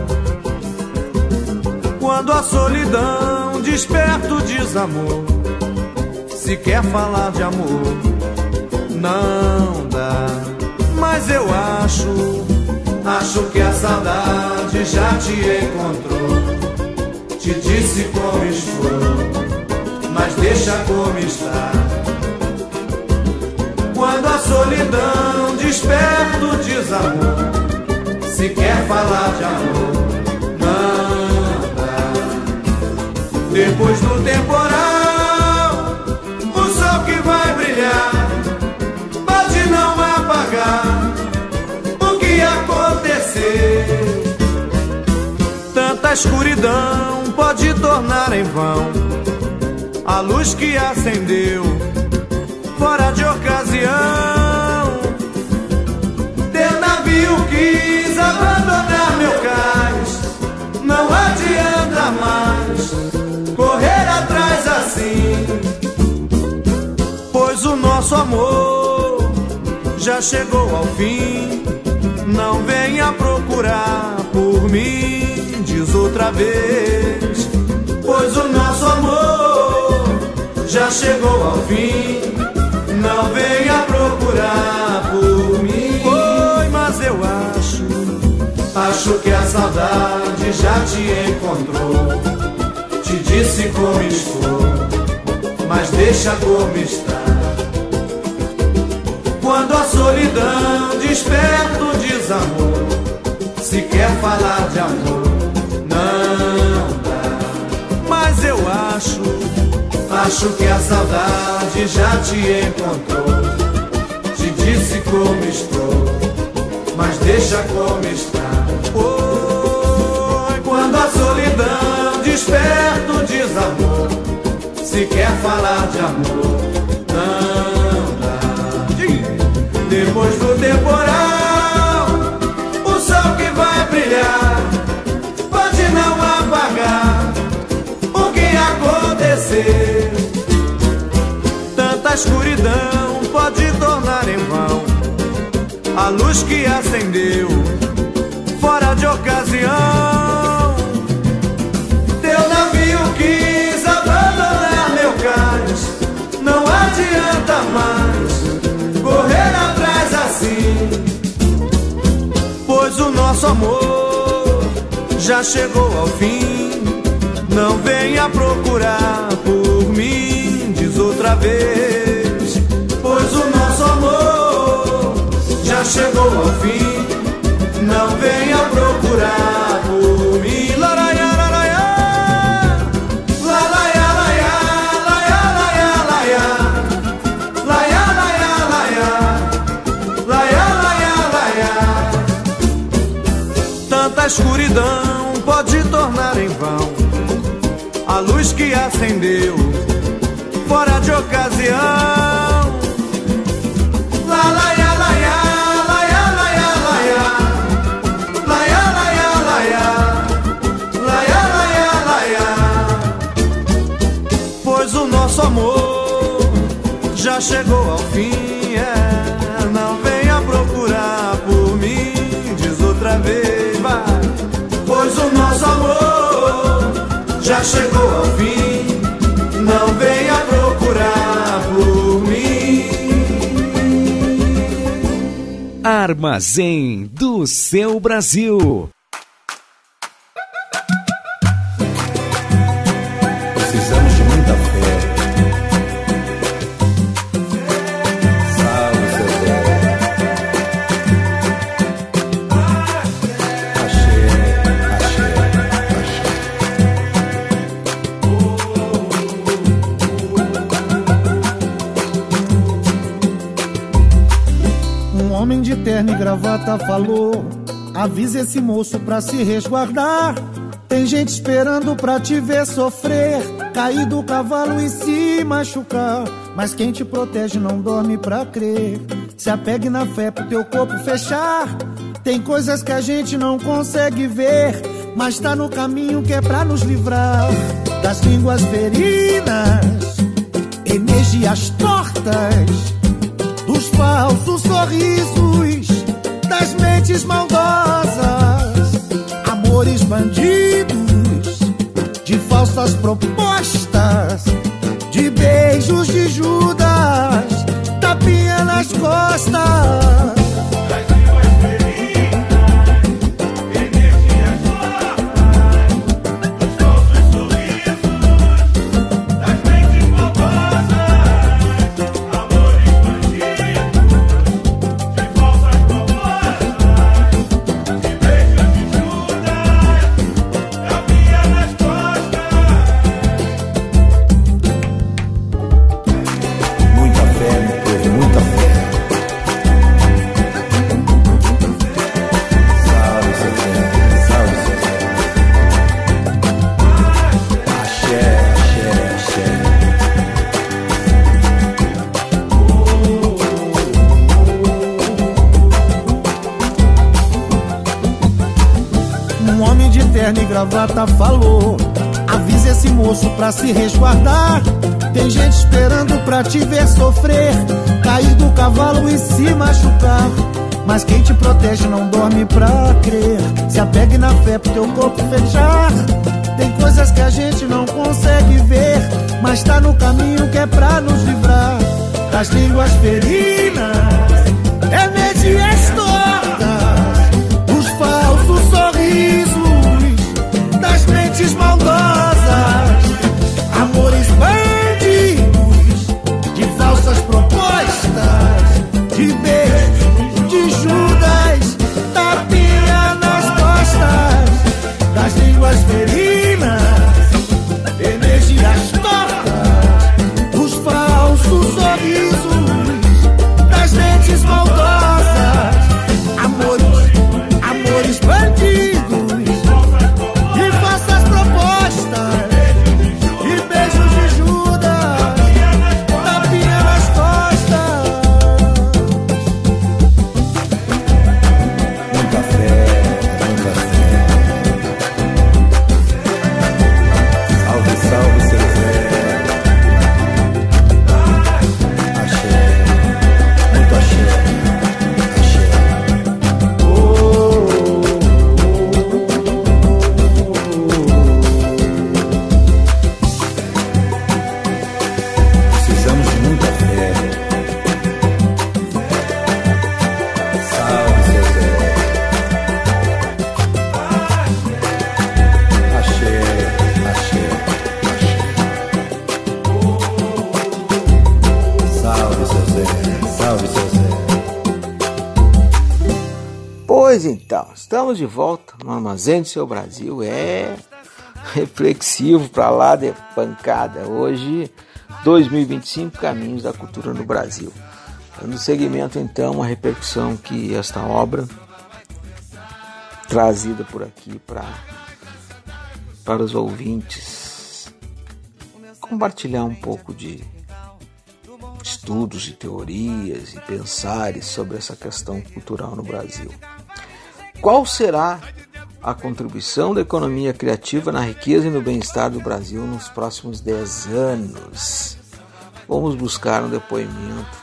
Quando a solidão desperta o desamor, se quer falar de amor, não dá. Mas eu acho que a saudade já te encontrou, te disse como estou, mas deixa como está. Quando a solidão desperta o desamor, se quer falar de amor, não dá. Depois do temporal, o sol que vai brilhar pode não apagar o que aconteceu. Tanta escuridão pode tornar em vão a luz que acendeu fora de ocasião. Teu navio quis abandonar meu cais, não adianta mais correr atrás assim, pois o nosso amor já chegou ao fim. Não venha procurar por mim, diz outra vez, pois o nosso amor já chegou ao fim. Não venha procurar por mim. Oi, mas eu acho que a saudade já te encontrou. Te disse como estou, mas deixa como está. Quando a solidão desperta o desamor, se quer falar de amor, não dá. Mas eu acho que a saudade já te encontrou. Te disse como estou, mas deixa como está. Oi, quando a solidão desperta o desamor, se quer falar de amor, não dá. Depois do temporal, o sol que vai brilhar pode não apagar o que aconteceu. Tanta escuridão pode tornar em vão a luz que acendeu fora de ocasião. Teu navio quis abandonar meu cais, não adianta mais correr atrás assim, pois o nosso amor já chegou ao fim. Não venha procurar por mim, diz outra vez, pois o nosso amor já chegou ao fim. Não venha procurar por mim. Laraiá, laraiá, laraiá, laraiá, laraiá, laraiá. Tanta escuridão pode tornar em vão a luz que acendeu fora de ocasião. Laraiá, laraiá, laraiá, laraiá, laraiá, laraiá, laraiá. Pois o nosso amor já chegou ao fim. Não venha procurar por mim, diz outra vez, vai. Pois o nosso amor já chegou ao fim. Não venha procurar por mim. Armazém do Seu Brasil. Precisamos de muita fé. Salve, seu Zé. Axé, axé, axé. Um homem de terno e gravata falou: avisa esse moço pra se resguardar. Tem gente esperando pra te ver sofrer, cair do cavalo e se machucar. Mas quem te protege não dorme pra crer. Se apegue na fé pro teu corpo fechar. Tem coisas que a gente não consegue ver, mas tá no caminho que é pra nos livrar das línguas feridas, energias tortas, dos falsos sorrisos, das mentes maldosas, amores bandidos, de falsas propostas, de beijos de Judas, tapinha nas costas. gravata falou: avise esse moço pra se resguardar. Tem gente esperando pra te ver sofrer, cair do cavalo e se machucar. Mas quem te protege não dorme pra crer. Se apegue na fé pro teu corpo fechar. Tem coisas que a gente não consegue ver, mas tá no caminho que é pra nos livrar das línguas ferinas, energias tortas, os falsos sorrisos das mentes maldosas, amores bandidos de falsas propostas, de beijos, de Judas, tapinha nas costas, das línguas ferinas, energias tortas, os falsos sorrisos das mentes maldosas, amores bandidos de falsas propostas, de beijos de Judas, tapinha nas costas. Muita fé, muita fé. Salve, salve, seu Zé. Axé, muito axé, axé. Precisamos de muita fé. Salve, seu Zé. Axé, axé, axé. Salve, seu Zé. Salve, seu Zé. Pois então, estamos de volta no Armazém do Seu Brasil. Reflexivo pra lá de pancada. Hoje, 2025, Caminhos da Cultura no Brasil. Dando seguimento então à repercussão que esta obra trazida por aqui para os ouvintes compartilhar um pouco de estudos e teorias e pensares sobre essa questão cultural no Brasil. Qual será a contribuição da economia criativa na riqueza e no bem-estar do Brasil nos próximos 10 anos? Vamos buscar um depoimento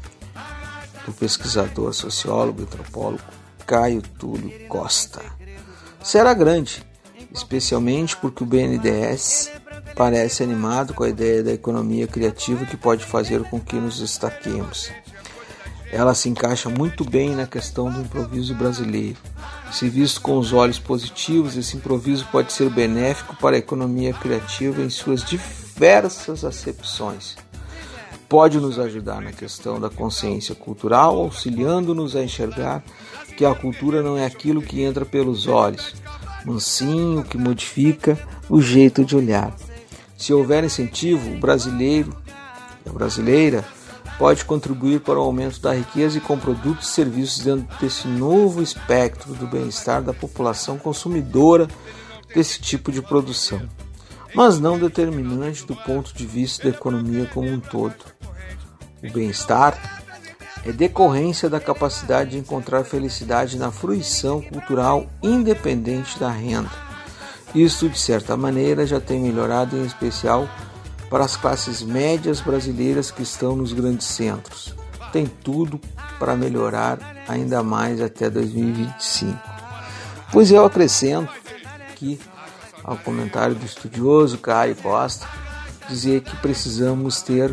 do pesquisador, sociólogo e antropólogo Caio Túlio Costa. Será grande, especialmente porque o BNDES parece animado com a ideia da economia criativa que pode fazer com que nos destaquemos. Ela se encaixa muito bem na questão do improviso brasileiro. Se visto com os olhos positivos, esse improviso pode ser benéfico para a economia criativa em suas diversas acepções. Pode nos ajudar na questão da consciência cultural, auxiliando-nos a enxergar que a cultura não é aquilo que entra pelos olhos, mas sim o que modifica o jeito de olhar. Se houver incentivo, o brasileiro e a brasileira pode contribuir para o aumento da riqueza e com produtos e serviços dentro desse novo espectro do bem-estar da população consumidora desse tipo de produção, mas não determinante do ponto de vista da economia como um todo. O bem-estar é decorrência da capacidade de encontrar felicidade na fruição cultural independente da renda. Isto, de certa maneira, já tem melhorado, em especial para as classes médias brasileiras que estão nos grandes centros. Tem tudo para melhorar ainda mais até 2025. Pois eu acrescento aqui ao comentário do estudioso Caio Costa, dizer que precisamos ter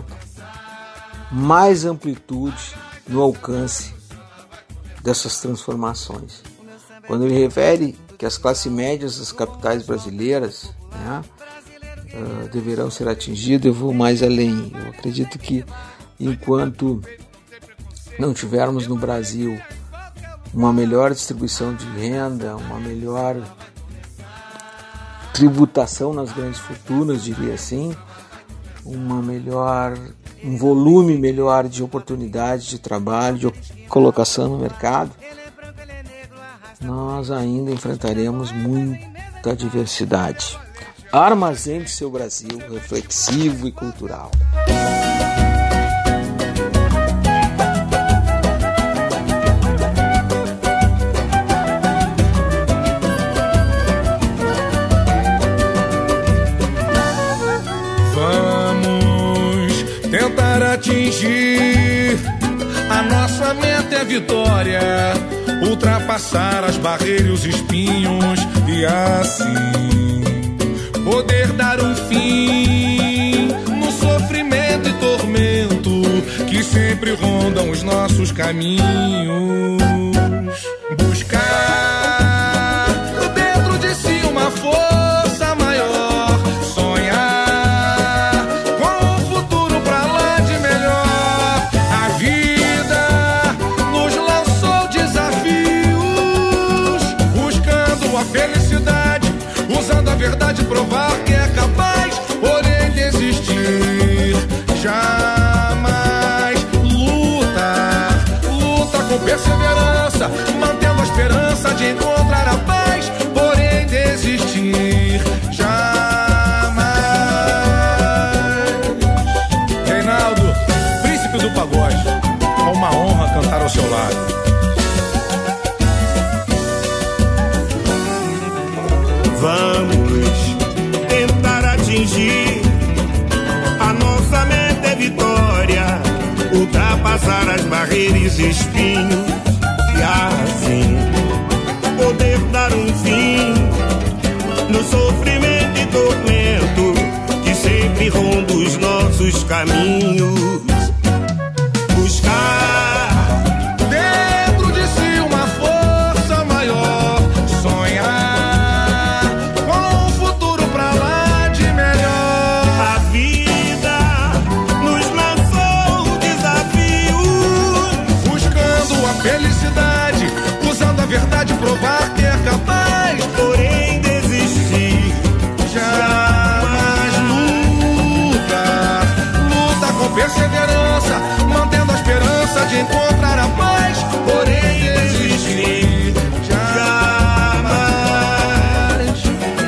mais amplitude no alcance dessas transformações. Quando ele refere que as classes médias das capitais brasileiras, deverão ser atingidas, eu vou mais além. Eu acredito que enquanto não tivermos no Brasil uma melhor distribuição de renda, uma melhor tributação nas grandes fortunas, diria assim, um volume melhor de oportunidades de trabalho, de colocação no mercado, nós ainda enfrentaremos muita diversidade. Armazém do Seu Brasil, reflexivo e cultural. atingir. A nossa meta é vitória, ultrapassar as barreiras e os espinhos, e assim poder dar um fim no sofrimento e tormento que sempre rondam os nossos caminhos. Buscar dentro de si uma força maior, sonhar com um futuro pra lá de melhor. A vida nos lançou desafios, buscando a felicidade, usando a verdade, provar que é capaz, porém desistir jamais. Luta com perseverança, mantendo a esperança de encontrar a paz, porém desistir jamais. Reinaldo, príncipe do pagode, é uma honra cantar ao seu lado. Vamos tentar atingir, a nossa meta é vitória, ultrapassar as barreiras e espinhos, e assim poder dar um fim no sofrimento e tormento que sempre ronda os nossos caminhos. Buscar dentro de si uma força maior, sonhar com um futuro pra lá de melhor. A vida nos lançou desafios, buscando a felicidade, usando a verdade, provar que é capaz, porém desistir jamais. Luta com perseverança, mantendo a esperança de encontrar a paz, porém desistir jamais.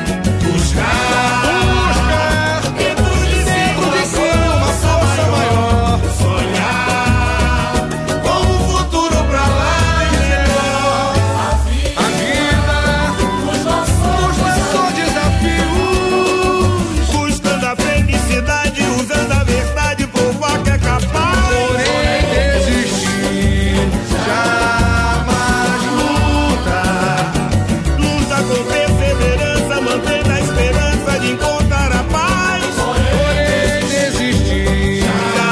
Buscar dentro de si uma força maior, sonhar com um futuro pra lá de melhor. a vida nos lançou desafios, Buscando a felicidade, usando a verdade, provar que é capaz, porém desistir jamais. luta com perseverança, mantendo a esperança de encontrar a paz, Porém desistir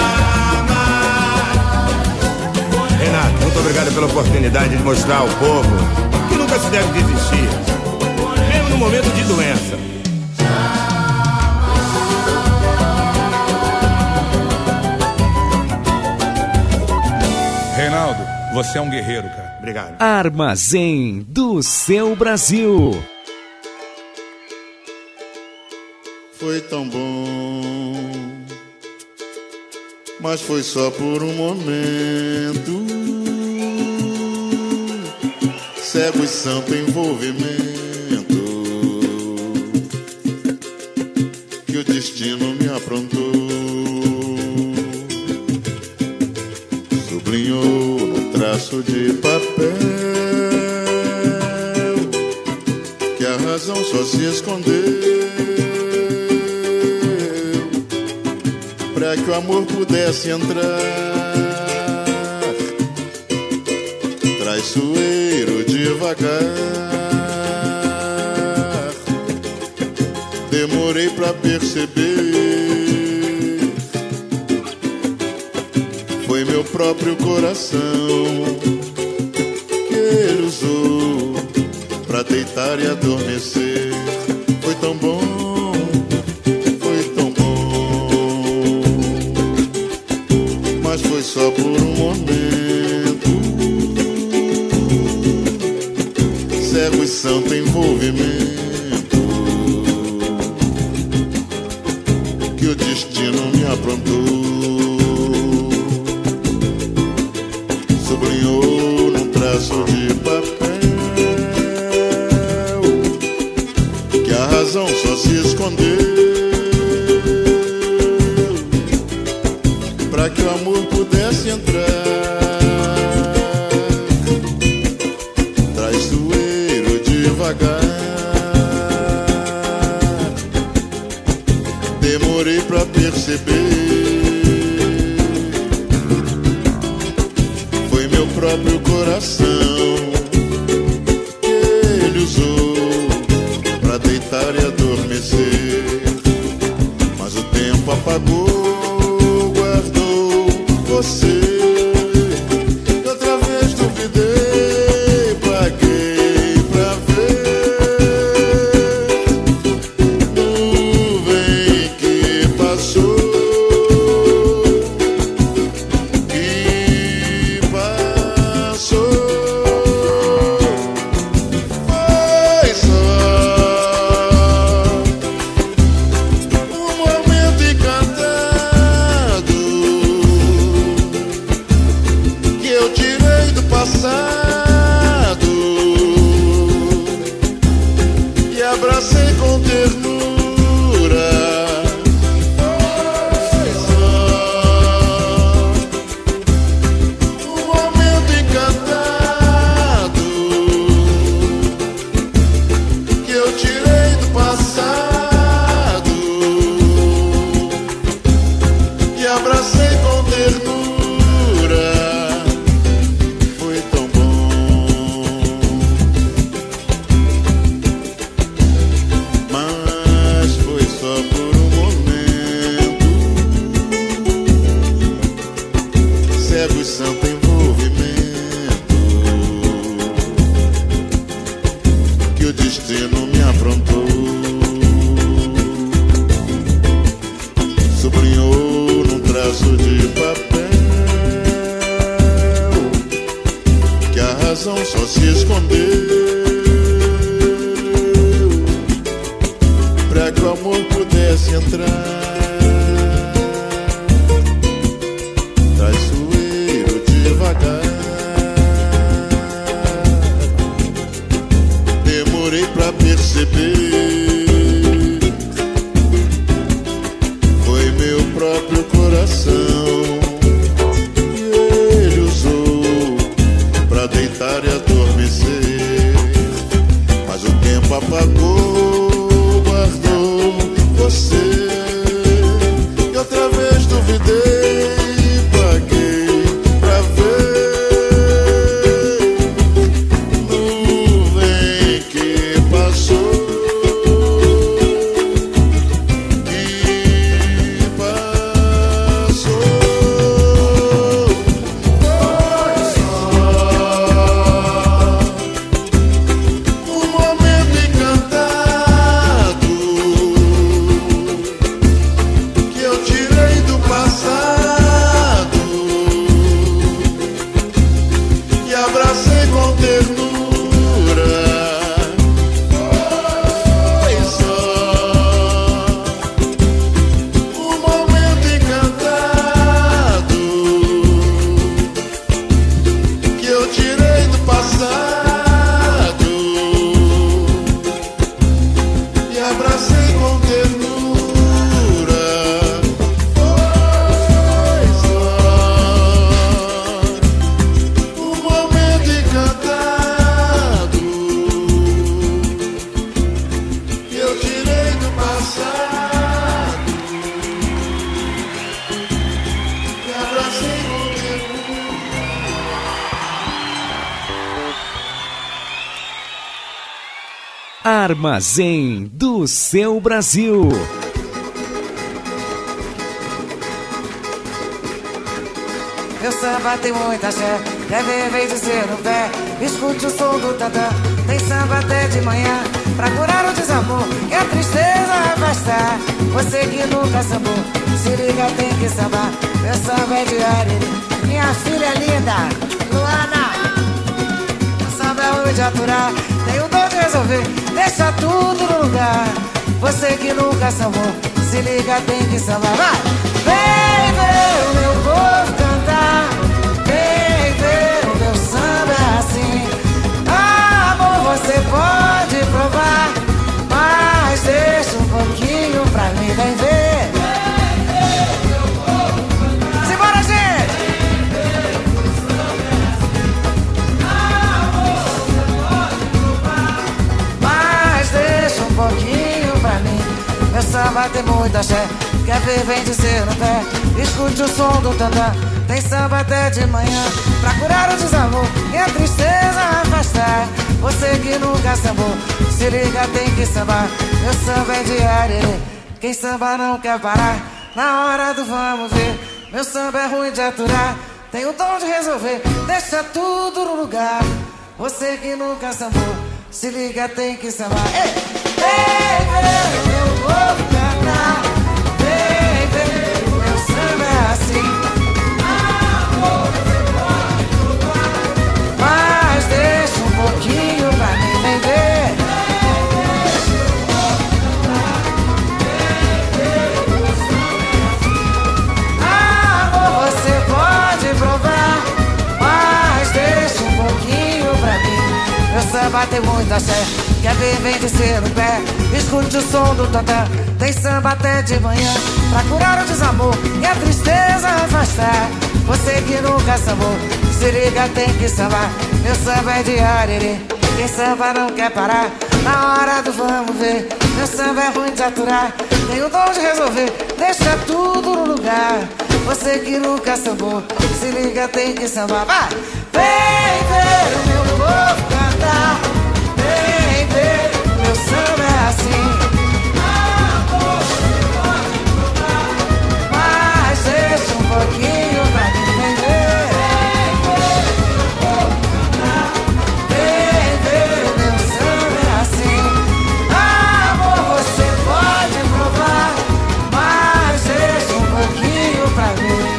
Renato, muito obrigado pela oportunidade de mostrar ao povo que nunca se deve desistir, mesmo no momento de doença. Reinaldo, você é um guerreiro, cara. Obrigado. Armazém do Seu Brasil. Foi tão bom, mas foi só por um momento. Cego e santo envolvimento que o destino me aprontou. Sublinhou no traço de papel que a razão só se escondeu pra que o amor pudesse entrar. Traiçoeiro devagar, demorei pra perceber. Foi meu próprio coração que ele usou pra deitar e adormecer. Foi tão bom, foi tão bom, mas foi só por um momento. Cego e santo envolvimento que o destino me aprontou. Sublinhou num traço de papel que a razão só se escondeu pra que o amor pudesse entrar. Traiçoeiro devagar, demorei pra perceber. próprio coração que ele usou pra deitar e adormecer. Mas o tempo apagou, guardou você. E outra vez duvidei, paguei pra ver. Nuvem que passou, que passou. Foi só um momento encantado que eu tirei do passado e abracei com ternura. Foi só um momento encantado que eu tirei do passado e abracei com ternura. Foi tão bom, mas foi só por um momento. Cego e santo envolvimento que o destino me aprontou. Sublinhou num traço de papel que a razão só se escondeu pra que o amor pudesse entrar. Traiçoeiro devagar, demorei pra perceber. Foi meu próprio coração que ele usou pra deitar e adormecer. Mas o tempo apagou, guardou você. E outra vez duvidei, paguei pra ver. Nuvem que passou, que passou. Foi só um momento encantado que eu tirei do passado e abracei com ternura. Foi só um momento encantado que eu tirei do passado e abracei com ternura. Foi só um momento encantado que eu tirei do passado e abracei com ternura. Armazém do Seu Brasil. Meu samba tem muita axé, deve vem dizer no pé. Escute o som do tantã, tem samba até de manhã, pra curar o desamor e a tristeza afastar. Você que nunca sambou, se liga, tem que sambar. Meu samba é diário, minha filha linda, Luana. Meu samba é ruim de aturar, tem o dom de resolver, deixa tudo no lugar. Você que nunca sambou, se liga, tem que sambar. Vai! Vem ver o meu povo cantar, vem ver o meu samba é assim. Amor, você pode provar, mas deixa um pouquinho pra mim, vem ver. Simbora, gente! Mas deixa um pouquinho pra mim. Meu samba tem muita axé, quer ver, vem dizer no pé. Escute o som do tantã, Tem samba até de manhã pra curar o desamor e a tristeza afastar. Você que nunca sambou, se liga, tem que sambar. Meu samba é de arerê, quem samba não quer parar. Na hora do vamos ver, meu samba é ruim de aturar. Tem o dom de resolver, deixa tudo no lugar. Você que nunca sambou, se liga, tem que sambar. Ei, ei, ei, eu vou cantar. Ei, ei, meu samba é assim. Mas deixa um pouquinho pra mim entender. Amor, você pode provar, mas deixa um pouquinho pra mim. Meu samba tem muita axé, quer ver, vem descer no pé. Escute o som do tantã. Tem samba até de manhã pra curar o desamor e a tristeza afastar. Você que nunca sambou, se liga, tem que sambar. Meu samba é de arerê, quem samba não quer parar. Na hora do vamos ver, meu samba é ruim de aturar. Tem o dom de resolver, deixa tudo no lugar. Você que nunca sambou, se liga, tem que sambar. Vai! Vem ver o meu povo cantar. Vem ver, meu samba é assim. Mas deixa um pouquinho pra mim entender. Vem ver, meu samba é assim. Amor, você pode provar, mas deixa um pouquinho pra mim.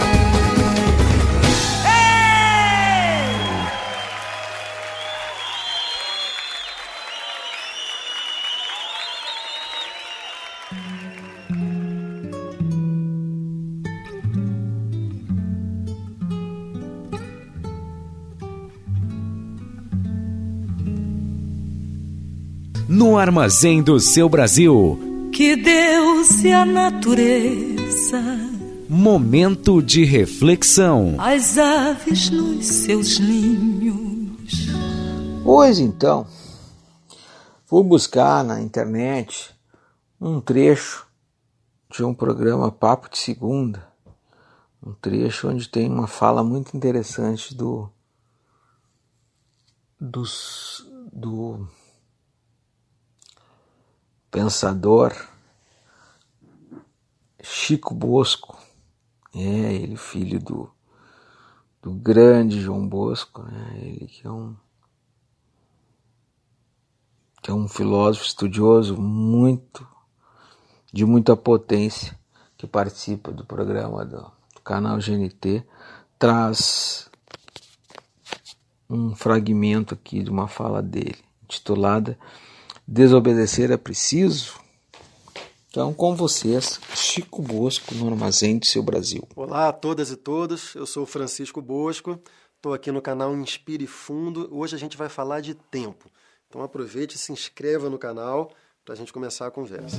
No Armazém do Seu Brasil. Que Deus e a natureza, Momento de reflexão. as aves nos seus ninhos. Pois então, fui buscar na internet um trecho de um programa Papo de Segunda, um trecho onde tem uma fala muito interessante do pensador Chico Bosco, ele filho do grande João Bosco, ele que é um filósofo estudioso de muita potência, que participa do programa do canal GNT, traz um fragmento aqui de uma fala dele, intitulada Desobedecer é Preciso? Então, com vocês, Chico Bosco, no Armazém do Seu Brasil. Olá a todas e todos, eu sou o Francisco Bosco, estou aqui no canal Inspire Fundo. Hoje a gente vai falar de tempo. Então aproveite e se inscreva no canal para a gente começar a conversa.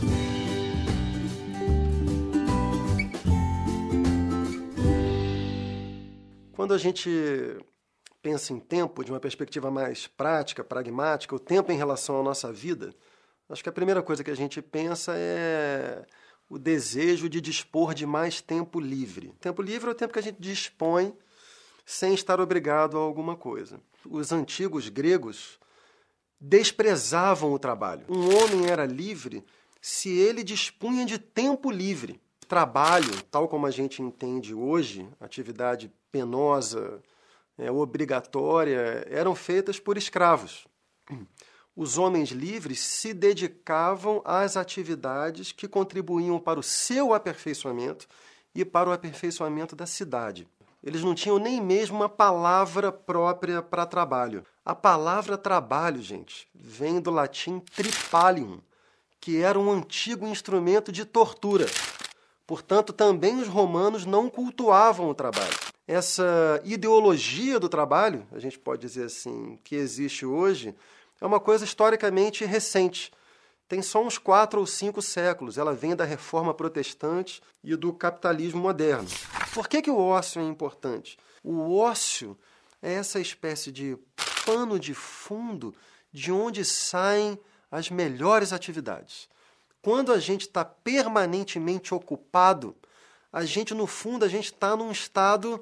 Quando a gente pensa em tempo de uma perspectiva mais prática, pragmática, o tempo em relação à nossa vida, acho que a primeira coisa que a gente pensa é o desejo de dispor de mais tempo livre. Tempo livre é o tempo que a gente dispõe sem estar obrigado a alguma coisa. Os antigos gregos desprezavam o trabalho. Um homem era livre se ele dispunha de tempo livre. Trabalho, tal como a gente entende hoje, atividade penosa, obrigatória, eram feitas por escravos. Os homens livres se dedicavam às atividades que contribuíam para o seu aperfeiçoamento e para o aperfeiçoamento da cidade. Eles não tinham nem mesmo uma palavra própria para trabalho. A palavra trabalho, gente, vem do latim tripalium, que era um antigo instrumento de tortura. Portanto, também os romanos não cultuavam o trabalho. Essa ideologia do trabalho, a gente pode dizer assim, que existe hoje, é uma coisa historicamente recente. Tem só uns 4 ou 5 séculos. Ela vem da Reforma Protestante e do capitalismo moderno. Por que o ócio é importante? O ócio é essa espécie de pano de fundo de onde saem as melhores atividades. Quando a gente está permanentemente ocupado, a gente, no fundo, está num estado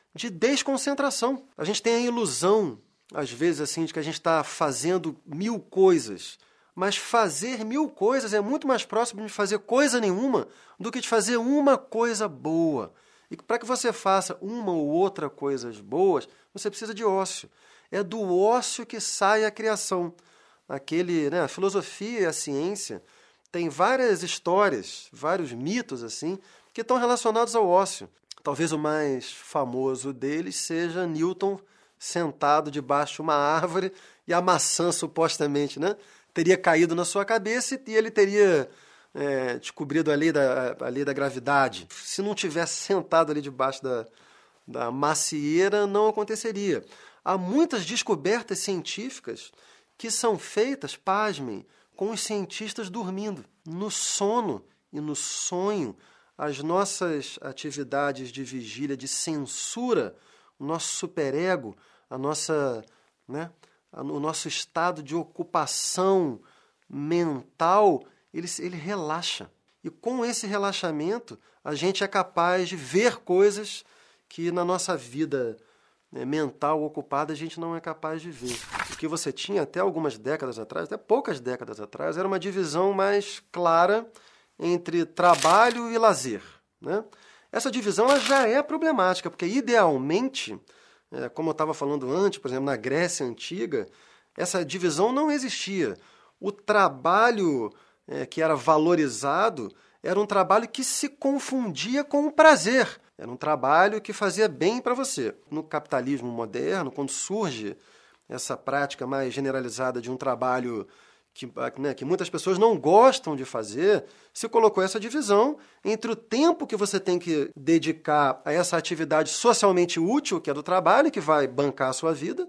de desconcentração. A gente tem a ilusão, às vezes, assim, de que a gente está fazendo 1000 coisas, mas fazer 1000 coisas é muito mais próximo de fazer coisa nenhuma do que de fazer uma coisa boa. E para que você faça uma ou outra coisas boas, você precisa de ócio. É do ócio que sai a criação. A filosofia e a ciência têm várias histórias, vários mitos assim, que estão relacionados ao ócio. Talvez o mais famoso deles seja Newton sentado debaixo de uma árvore e a maçã supostamente, teria caído na sua cabeça e ele teria descobrido a lei da gravidade. Se não tivesse sentado ali debaixo da macieira, não aconteceria. Há muitas descobertas científicas que são feitas, pasmem, com os cientistas dormindo. No sono e no sonho, as nossas atividades de vigília, de censura, o nosso superego, o nosso estado de ocupação mental, ele relaxa. E com esse relaxamento, a gente é capaz de ver coisas que na nossa vida mental ocupada a gente não é capaz de ver. O que você tinha até algumas décadas atrás, até poucas décadas atrás, era uma divisão mais clara entre trabalho e lazer. Essa divisão ela já é problemática, porque idealmente, como eu estava falando antes, por exemplo, na Grécia Antiga, essa divisão não existia. O trabalho que era valorizado era um trabalho que se confundia com o prazer. Era um trabalho que fazia bem para você. No capitalismo moderno, quando surge essa prática mais generalizada de um trabalho que muitas pessoas não gostam de fazer, se colocou essa divisão entre o tempo que você tem que dedicar a essa atividade socialmente útil, que é do trabalho, que vai bancar a sua vida,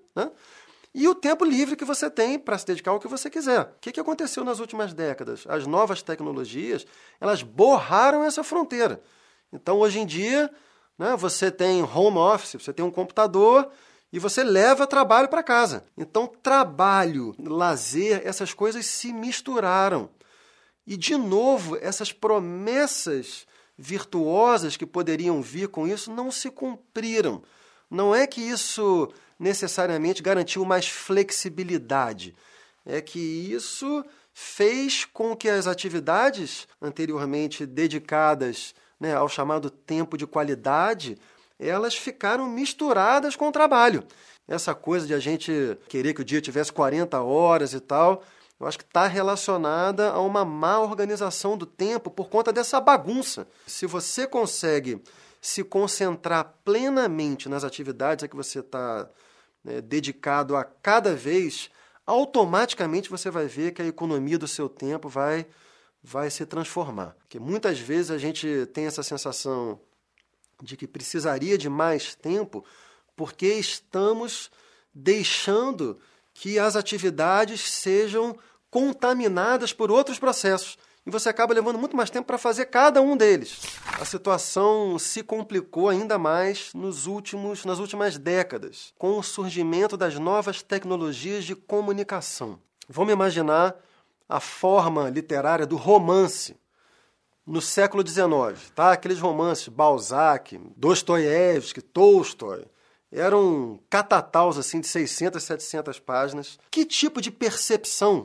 e o tempo livre que você tem para se dedicar ao que você quiser. O que aconteceu nas últimas décadas? As novas tecnologias, elas borraram essa fronteira. Então, hoje em dia, você tem home office, você tem um computador e você leva trabalho para casa. Então, trabalho, lazer, essas coisas se misturaram. E, de novo, essas promessas virtuosas que poderiam vir com isso não se cumpriram. Não é que isso necessariamente garantiu mais flexibilidade. É que isso fez com que as atividades anteriormente dedicadas ao chamado tempo de qualidade, elas ficaram misturadas com o trabalho. Essa coisa de a gente querer que o dia tivesse 40 horas e tal, eu acho que está relacionada a uma má organização do tempo por conta dessa bagunça. Se você consegue se concentrar plenamente nas atividades a que você está dedicado a cada vez, automaticamente você vai ver que a economia do seu tempo vai se transformar. Porque muitas vezes a gente tem essa sensação de que precisaria de mais tempo porque estamos deixando que as atividades sejam contaminadas por outros processos. E você acaba levando muito mais tempo para fazer cada um deles. A situação se complicou ainda mais nas últimas décadas, com o surgimento das novas tecnologias de comunicação. Vamos imaginar a forma literária do romance no século XIX. Aqueles romances, Balzac, Dostoiévski, Tolstói, eram catataus assim, de 600, 700 páginas. Que tipo de percepção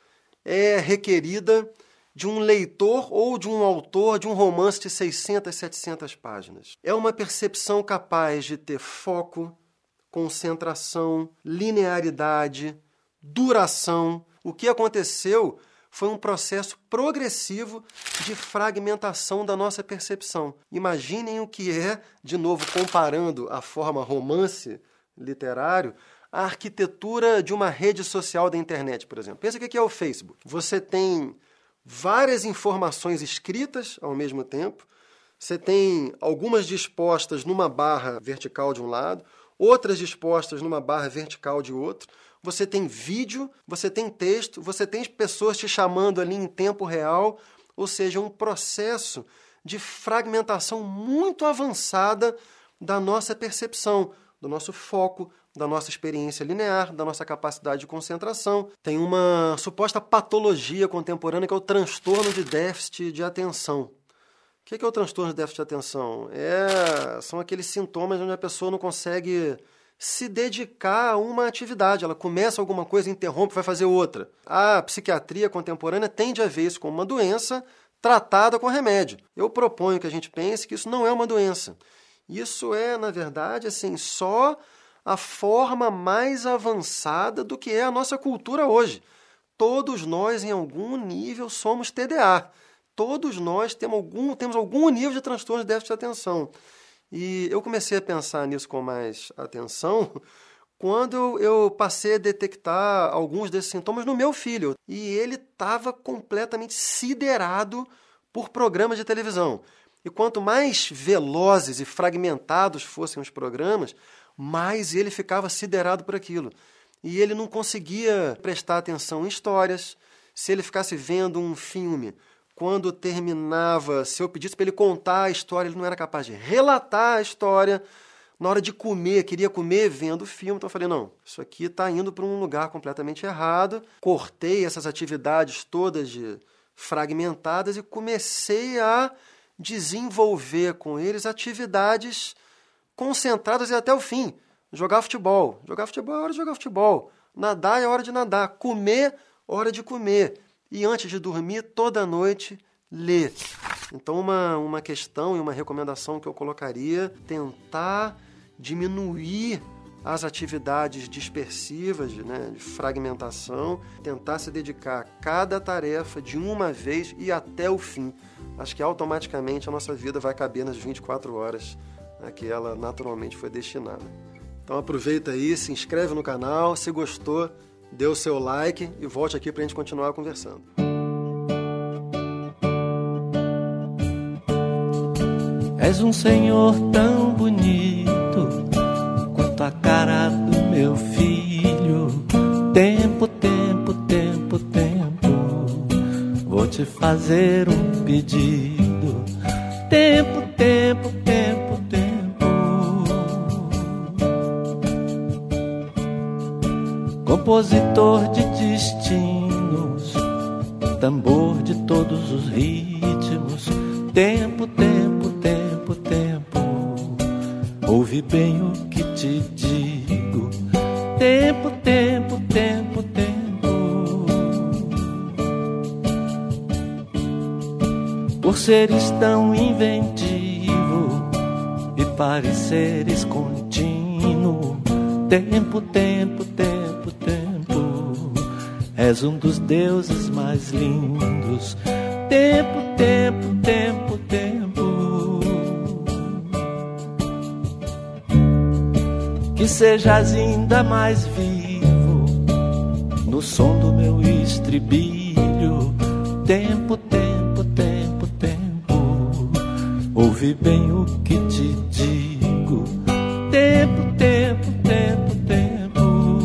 é requerida de um leitor ou de um autor de um romance de 600, 700 páginas? É uma percepção capaz de ter foco, concentração, linearidade, duração. O que aconteceu foi um processo progressivo de fragmentação da nossa percepção. Imaginem o que é, de novo, comparando a forma romance literário, a arquitetura de uma rede social da internet, por exemplo. Pensa o que é o Facebook. Você tem várias informações escritas ao mesmo tempo, você tem algumas dispostas numa barra vertical de um lado, outras dispostas numa barra vertical de outro, você tem vídeo, você tem texto, você tem pessoas te chamando ali em tempo real, ou seja, um processo de fragmentação muito avançada da nossa percepção, do nosso foco, da nossa experiência linear, da nossa capacidade de concentração. Tem uma suposta patologia contemporânea que é o transtorno de déficit de atenção, que é o transtorno de déficit de atenção? São aqueles sintomas onde a pessoa não consegue se dedicar a uma atividade. Ela começa alguma coisa, interrompe, vai fazer outra. A psiquiatria contemporânea tende a ver isso como uma doença tratada com remédio. Eu proponho que a gente pense que isso não é uma doença. Isso é, na verdade, assim, só a forma mais avançada do que é a nossa cultura hoje. Todos nós, em algum nível, somos TDA. Todos nós temos algum nível de transtorno de déficit de atenção. E eu comecei a pensar nisso com mais atenção quando eu passei a detectar alguns desses sintomas no meu filho. E ele estava completamente siderado por programas de televisão. E quanto mais velozes e fragmentados fossem os programas, mais ele ficava siderado por aquilo. E ele não conseguia prestar atenção em histórias. Se ele ficasse vendo um filme, quando terminava, se eu pedisse para ele contar a história, ele não era capaz de relatar a história. Na hora de comer, queria comer vendo o filme, então eu falei, não, isso aqui está indo para um lugar completamente errado. Cortei essas atividades todas fragmentadas e comecei a desenvolver com eles atividades concentradas e até o fim. Jogar futebol. Jogar futebol é hora de jogar futebol. Nadar é hora de nadar. Comer, hora de comer. E antes de dormir, toda noite, ler. Então, uma questão e uma recomendação que eu colocaria, tentar diminuir as atividades dispersivas, né, de fragmentação, tentar se dedicar a cada tarefa de uma vez e até o fim. Acho que automaticamente a nossa vida vai caber nas 24 horas a que ela naturalmente foi destinada. Então aproveita aí, se inscreve no canal, se gostou, dê o seu like e volte aqui para a gente continuar conversando. És um senhor tão bonito quanto a cara do meu filho. Tempo, tempo, tempo, tempo, vou te fazer um pedido. Tempo, tempo, tempo, tempo, compositor de destinos, tambor de todos os ritmos. Tempo, tempo, tempo, tempo, ouve bem o que te digo. Tempo, tempo, tempo, tempo, por seres tão inventivo e pareceres contínuo. Tempo, tempo, tempo, tempo, és um dos deuses mais lindos. Tempo, tempo, tempo, tempo, que sejas ainda mais vivo no som do meu estribilho. Tempo, tempo, tempo, tempo, ouve bem o que te digo. Tempo, tempo, tempo, tempo,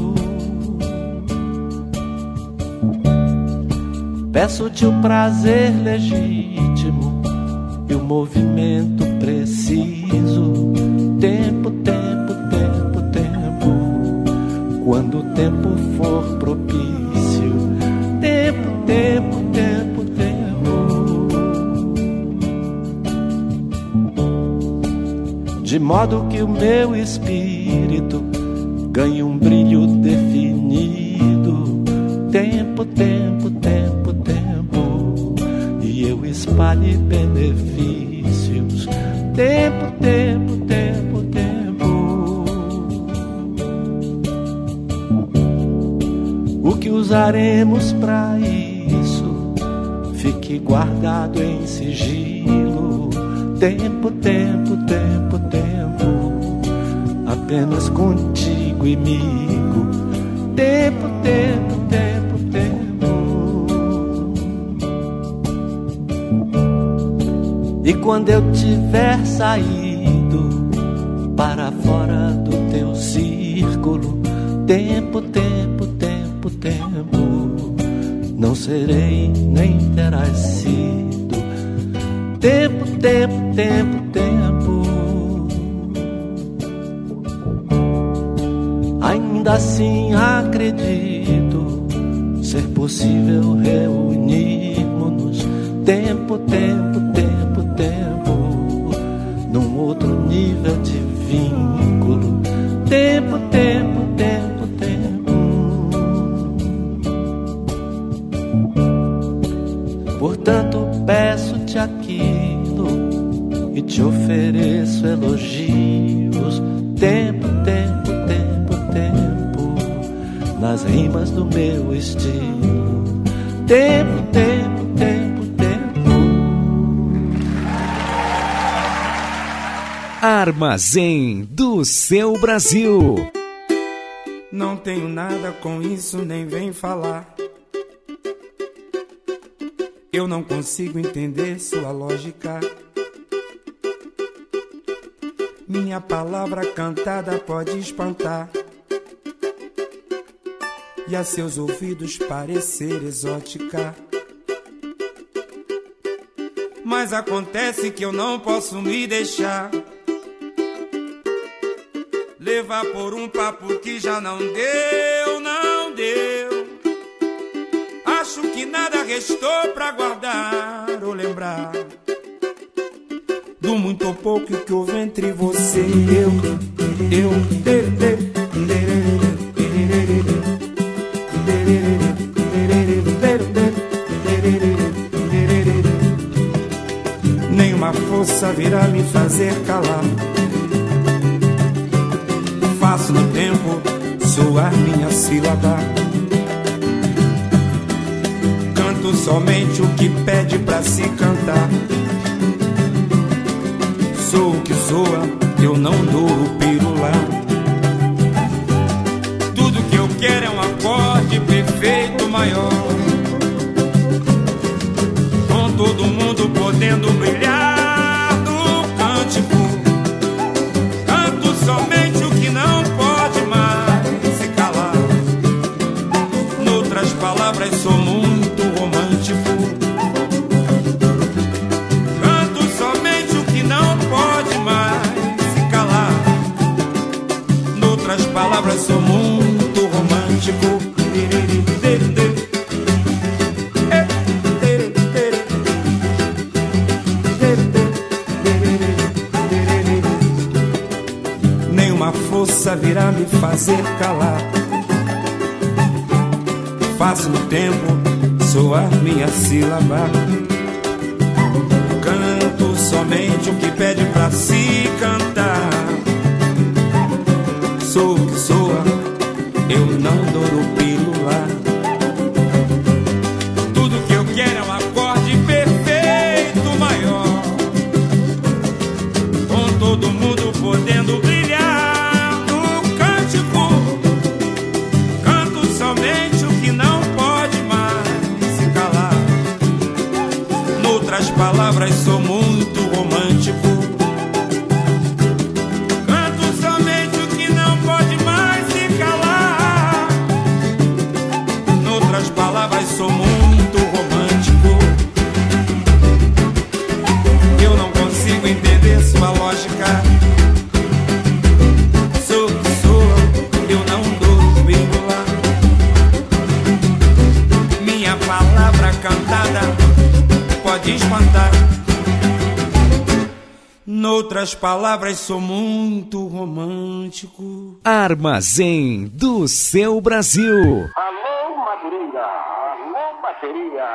peço-te o prazer legítimo e o movimento preciso. Tempo, tempo, tempo, tempo, quando o tempo for propício. Tempo, tempo, tempo, tempo, de modo que o meu espírito ganhe um brilho definido. Tempo, tempo, tempo, tempo, e eu espalhe benefícios. Tempo, tempo, tempo, tempo, o que usaremos pra isso fique guardado em sigilo. Tempo, tempo, tempo, tempo, apenas contigo, amigo. Tempo, tempo, tempo, tempo, e quando eu tiver saído para fora do teu círculo. Tempo, tempo, tempo, tempo, não serei nem terás sido. Tempo, tempo, tempo, tempo, ainda assim acredito ser possível reunirmos-nos. Tempo, tempo, tempo, tempo, tempo, tempo, tempo, tempo. Portanto, peço-te aquilo e te ofereço elogios. Tempo, tempo, tempo, tempo, nas rimas do meu estilo. Tempo, tempo, tempo, tempo. Armazém do Seu Brasil. Não tenho nada com isso, nem vem falar. Eu não consigo entender sua lógica. Minha palavra cantada pode espantar e a seus ouvidos parecer exótica. Mas acontece que eu não posso me deixar levar por um papo que já não deu, não deu. Acho que nada restou pra guardar ou lembrar do muito ou pouco que houve entre você e eu. Nenhuma força virá me fazer calar. Faço no tempo soar minha sílaba. Canto somente o que pede pra se cantar. Sou o que soa, eu não dou o pirulá. Tudo que eu quero é um acorde perfeito maior, com todo mundo podendo brilhar no cântico. Canto somente o que não pode mais se calar. Noutras palavras, sou muito romântico. Canto somente o que não pode mais se calar. Noutras palavras, sou muito romântico. Nenhuma força virá me fazer calar. Faço no tempo soar minha sílaba. Canto somente o que pede pra se cantar. Sou o que soa, eu não dou o pirulá. Tudo que eu quero é um acorde perfeito maior, com todo mundo podendo brilhar no cântico. Canto somente o que não pode mais se calar. Noutras palavras, sou muito romântico. Canto somente o que não pode mais se calar. Noutras palavras, sou muito romântico. Eu não consigo entender sua lógica. Sou o que sou, eu não dou vírgula. Minha palavra cantada pode espantar. Noutras palavras, sou muito romântico. Armazém do Seu Brasil. Alô, Madureira. Alô, bateria.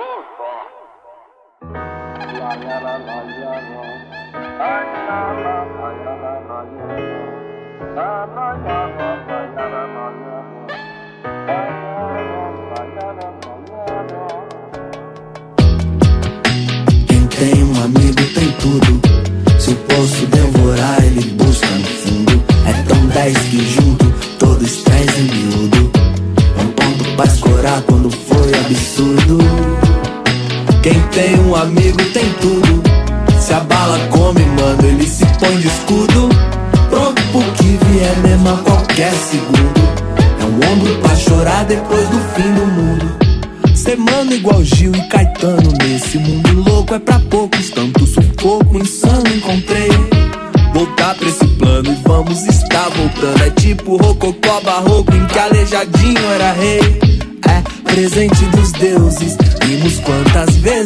Quem tem um amigo tem tudo. Se eu posso devorar, ele busca no fundo. É tão 10 que junto, todos traz em miúdo. Um ponto pra escorar quando foi absurdo. Quem tem um amigo tem tudo. Se a bala come, mano, ele se põe de escudo. Pronto pro que vier mesmo a qualquer segundo. É um ombro pra chorar depois do fim do mundo. Ser mano igual Gil e Caetano. Nesse mundo louco é pra poucos. Tanto sufoco insano encontrei. Voltar pra esse plano e vamos estar voltando. É tipo rococó barroco em que Aleijadinho era rei. É presente dos deuses. Vimos quantas vezes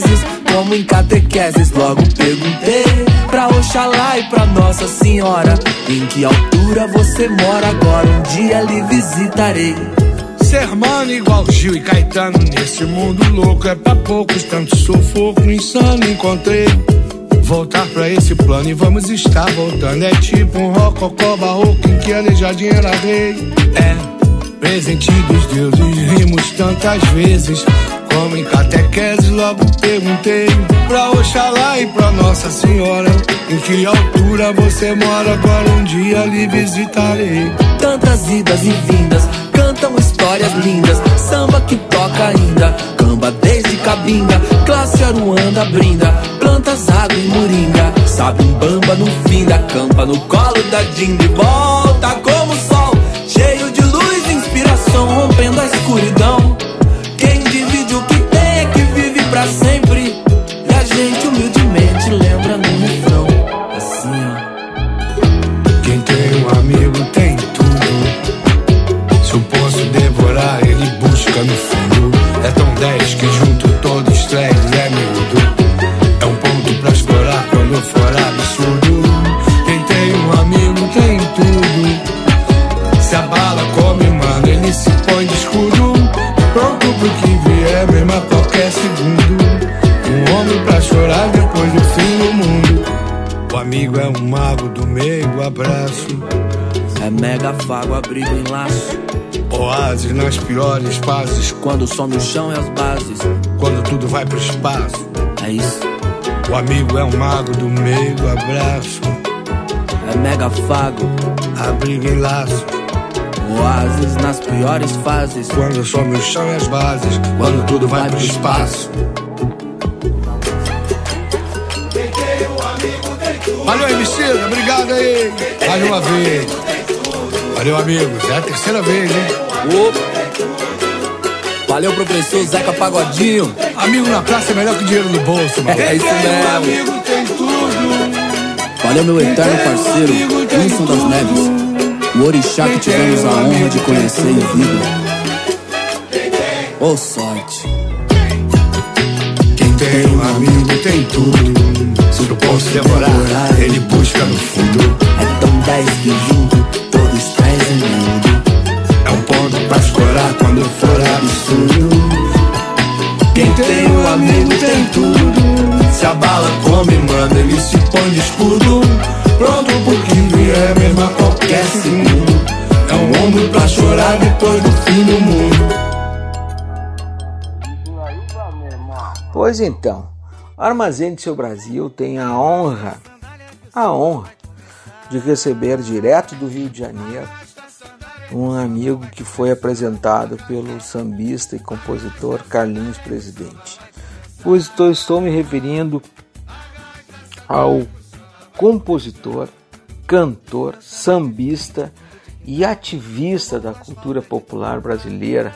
como em catequeses. Logo perguntei pra Oxalá e pra Nossa Senhora: em que altura você mora agora? Um dia lhe visitarei. Ser mano igual Gil e Caetano nesse mundo louco é pra poucos, tanto sufoco insano encontrei. Voltar pra esse plano e vamos estar voltando. É tipo um rococó barroco em que Aleijadinho era rei. É presente dos deuses, rimos tantas vezes como em catequese. Logo perguntei pra Oxalá e pra Nossa Senhora: em que altura você mora agora? Um dia lhe visitarei. Tantas idas e vindas, cantam histórias lindas, samba que toca ainda, camba desde Cabinda, classe Aruanda brinda, plantas, água e moringa, sabe um bamba no fim da campa, no colo da Dinda, e volta como o sol, cheio de luz e inspiração, rompendo a escuridão. Quem divide o que tem é que vive pra sempre, e a gente humildemente lembra no refrão, assim ó: quem tem um amigo tem tudo. Se eu posso devorar, ele busca no fundo. É tão 10 que junto todo estresse é miúdo. É um ponto pra explorar quando for absurdo. Quem tem um amigo tem tudo. Se a bala come, mano, ele se põe de escudo, pronto pro que vier, mesmo a qualquer segundo. Um homem pra chorar depois do fim do mundo. O amigo é um mago do meio, abraço. É mega fago, abrigo em laço. Oásis nas piores fases. Quando some o chão e as bases. Quando tudo vai pro espaço. É isso. O amigo é um mago do meio, abraço. É mega fago, abrigo em laço. Oásis nas piores fases. Quando some o chão e as bases. Quando tudo vai pro espaço. Valeu, Emicida, obrigado aí. Mais uma vez. Valeu, amigos. É a terceira vez, hein? Valeu, professor Zeca Pagodinho. Amigo na praça é melhor que dinheiro no bolso, mano. É isso mesmo. Amigo tem tudo. Valeu, meu eterno parceiro, Wilson das Neves, o orixá que tivemos a honra de conhecer em vida. Ô sorte. Quem tem um amigo tem tudo. Se eu posso devorar, ele busca no fundo. É tão 10 que junto todos trazem mundo. É um ponto pra escorar quando for absurdo. Quem tem um amigo tem tudo. Se a bala come, mano, ele se põe de escudo, pronto pro que vier, mesmo a qualquer segundo. É um ombro pra chorar depois do fim do mundo. Pois então, o Armazém do Seu Brasil tem a honra de receber direto do Rio de Janeiro um amigo que foi apresentado pelo sambista e compositor Carlinhos Presidente. Pois estou me referindo ao compositor, cantor, sambista e ativista da cultura popular brasileira,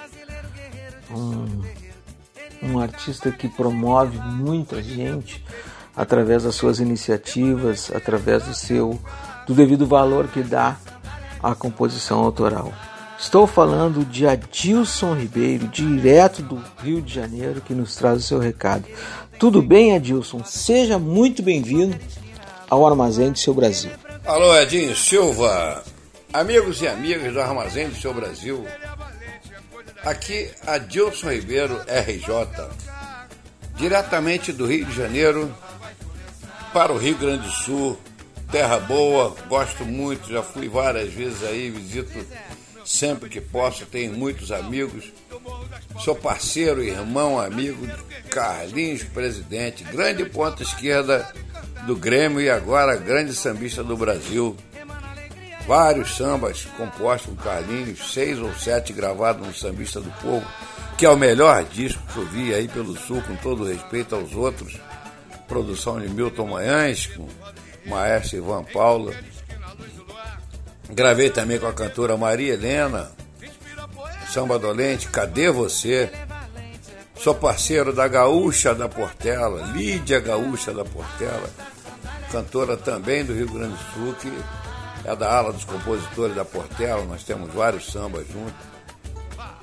um artista que promove muita gente através das suas iniciativas, através do devido valor que dá à composição autoral. Estou falando de Adilson Ribeiro, direto do Rio de Janeiro, que nos traz o seu recado. Tudo bem, Adilson? Seja muito bem-vindo ao Armazém do Seu Brasil. Alô, Edinho Silva, amigos e amigas do Armazém do Seu Brasil. Aqui, Adilson Ribeiro, RJ, diretamente do Rio de Janeiro para o Rio Grande do Sul, terra boa, gosto muito, já fui várias vezes aí, visito sempre que posso, tenho muitos amigos, sou parceiro, irmão, amigo de Carlinhos Presidente, grande ponta esquerda do Grêmio e agora grande sambista do Brasil. Vários sambas compostos com Carlinhos, 6 ou 7 gravados no Sambista do Povo, que é o melhor disco que eu vi aí pelo Sul, com todo respeito aos outros. Produção de Milton Manhães, com Maestro Ivan Paula. Gravei também com a cantora Maria Helena, Samba Dolente, Cadê Você? Sou parceiro da Gaúcha da Portela, Lídia Gaúcha da Portela, cantora também do Rio Grande do Sul, que é da ala dos compositores da Portela, nós temos vários sambas juntos.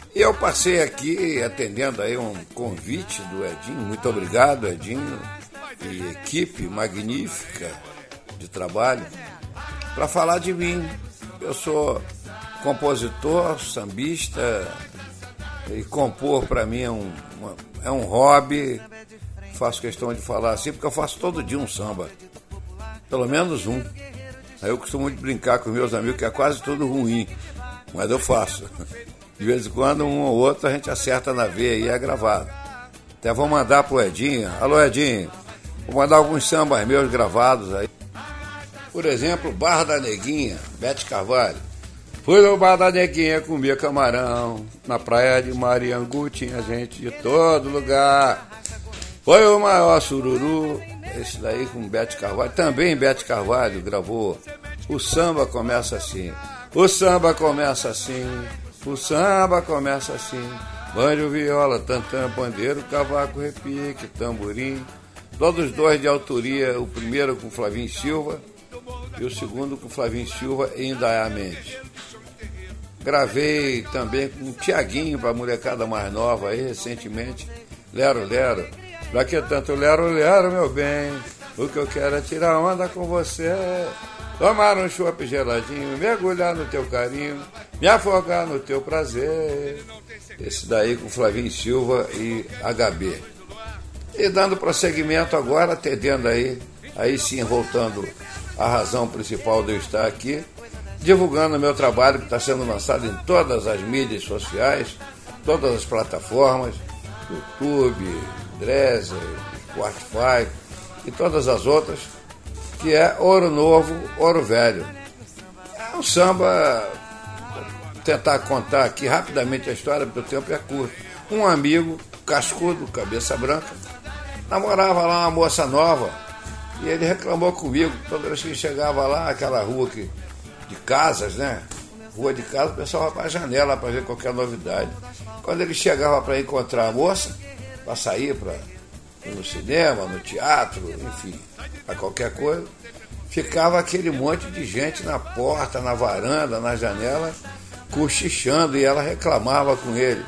E eu passei aqui atendendo aí um convite do Edinho. Muito obrigado, Edinho, e equipe magnífica de trabalho, para falar de mim. Eu sou compositor, sambista, e compor para mim é um hobby. Faço questão de falar assim, porque eu faço todo dia um samba, pelo menos um. Aí eu costumo brincar com meus amigos que é quase tudo ruim, mas eu faço. De vez em quando, um ou outro, a gente acerta na veia e é gravado. Até vou mandar pro Edinho. Alô, Edinho, vou mandar alguns sambas meus gravados aí. Por exemplo, Bar da Neguinha, Bete Carvalho. Fui no Bar da Neguinha comer camarão. Na praia de Mariangu tinha gente de todo lugar. Foi o maior sururu. Esse daí com Bete Carvalho. Também Bete Carvalho gravou. O samba começa assim. O samba começa assim. O samba começa assim. Banjo, viola, tantã, pandeiro, cavaco, repique, tamborim. Todos dois de autoria. O primeiro com Flavinho Silva e o segundo com Flavinho Silva e Indaiá Mendes. Gravei também com o Tiaguinho, para a molecada mais nova aí, recentemente. Lero, Lero. Pra que tanto Lero, Lero, meu bem? O que eu quero é tirar onda com você. Tomar um chopp geladinho, mergulhar no teu carinho, me afogar no teu prazer. Esse daí com Flavinho Silva e HB. E dando prosseguimento agora, atendendo aí sim, voltando à razão principal de eu estar aqui, divulgando o meu trabalho que está sendo lançado em todas as mídias sociais, todas as plataformas, YouTube, Deezer, Spotify e todas as outras, que é Ouro Novo, Ouro Velho. É um samba, vou tentar contar aqui rapidamente a história, porque o tempo é curto. Um amigo, cascudo, cabeça branca, namorava lá uma moça nova, e ele reclamou comigo, toda vez que ele chegava lá, aquela rua de casas, né? Rua de casa, o pessoal vai para a janela para ver qualquer novidade. Quando ele chegava para encontrar a moça, para sair para ir no cinema, no teatro, enfim, para qualquer coisa, ficava aquele monte de gente na porta, na varanda, na janela, cochichando, e ela reclamava com ele.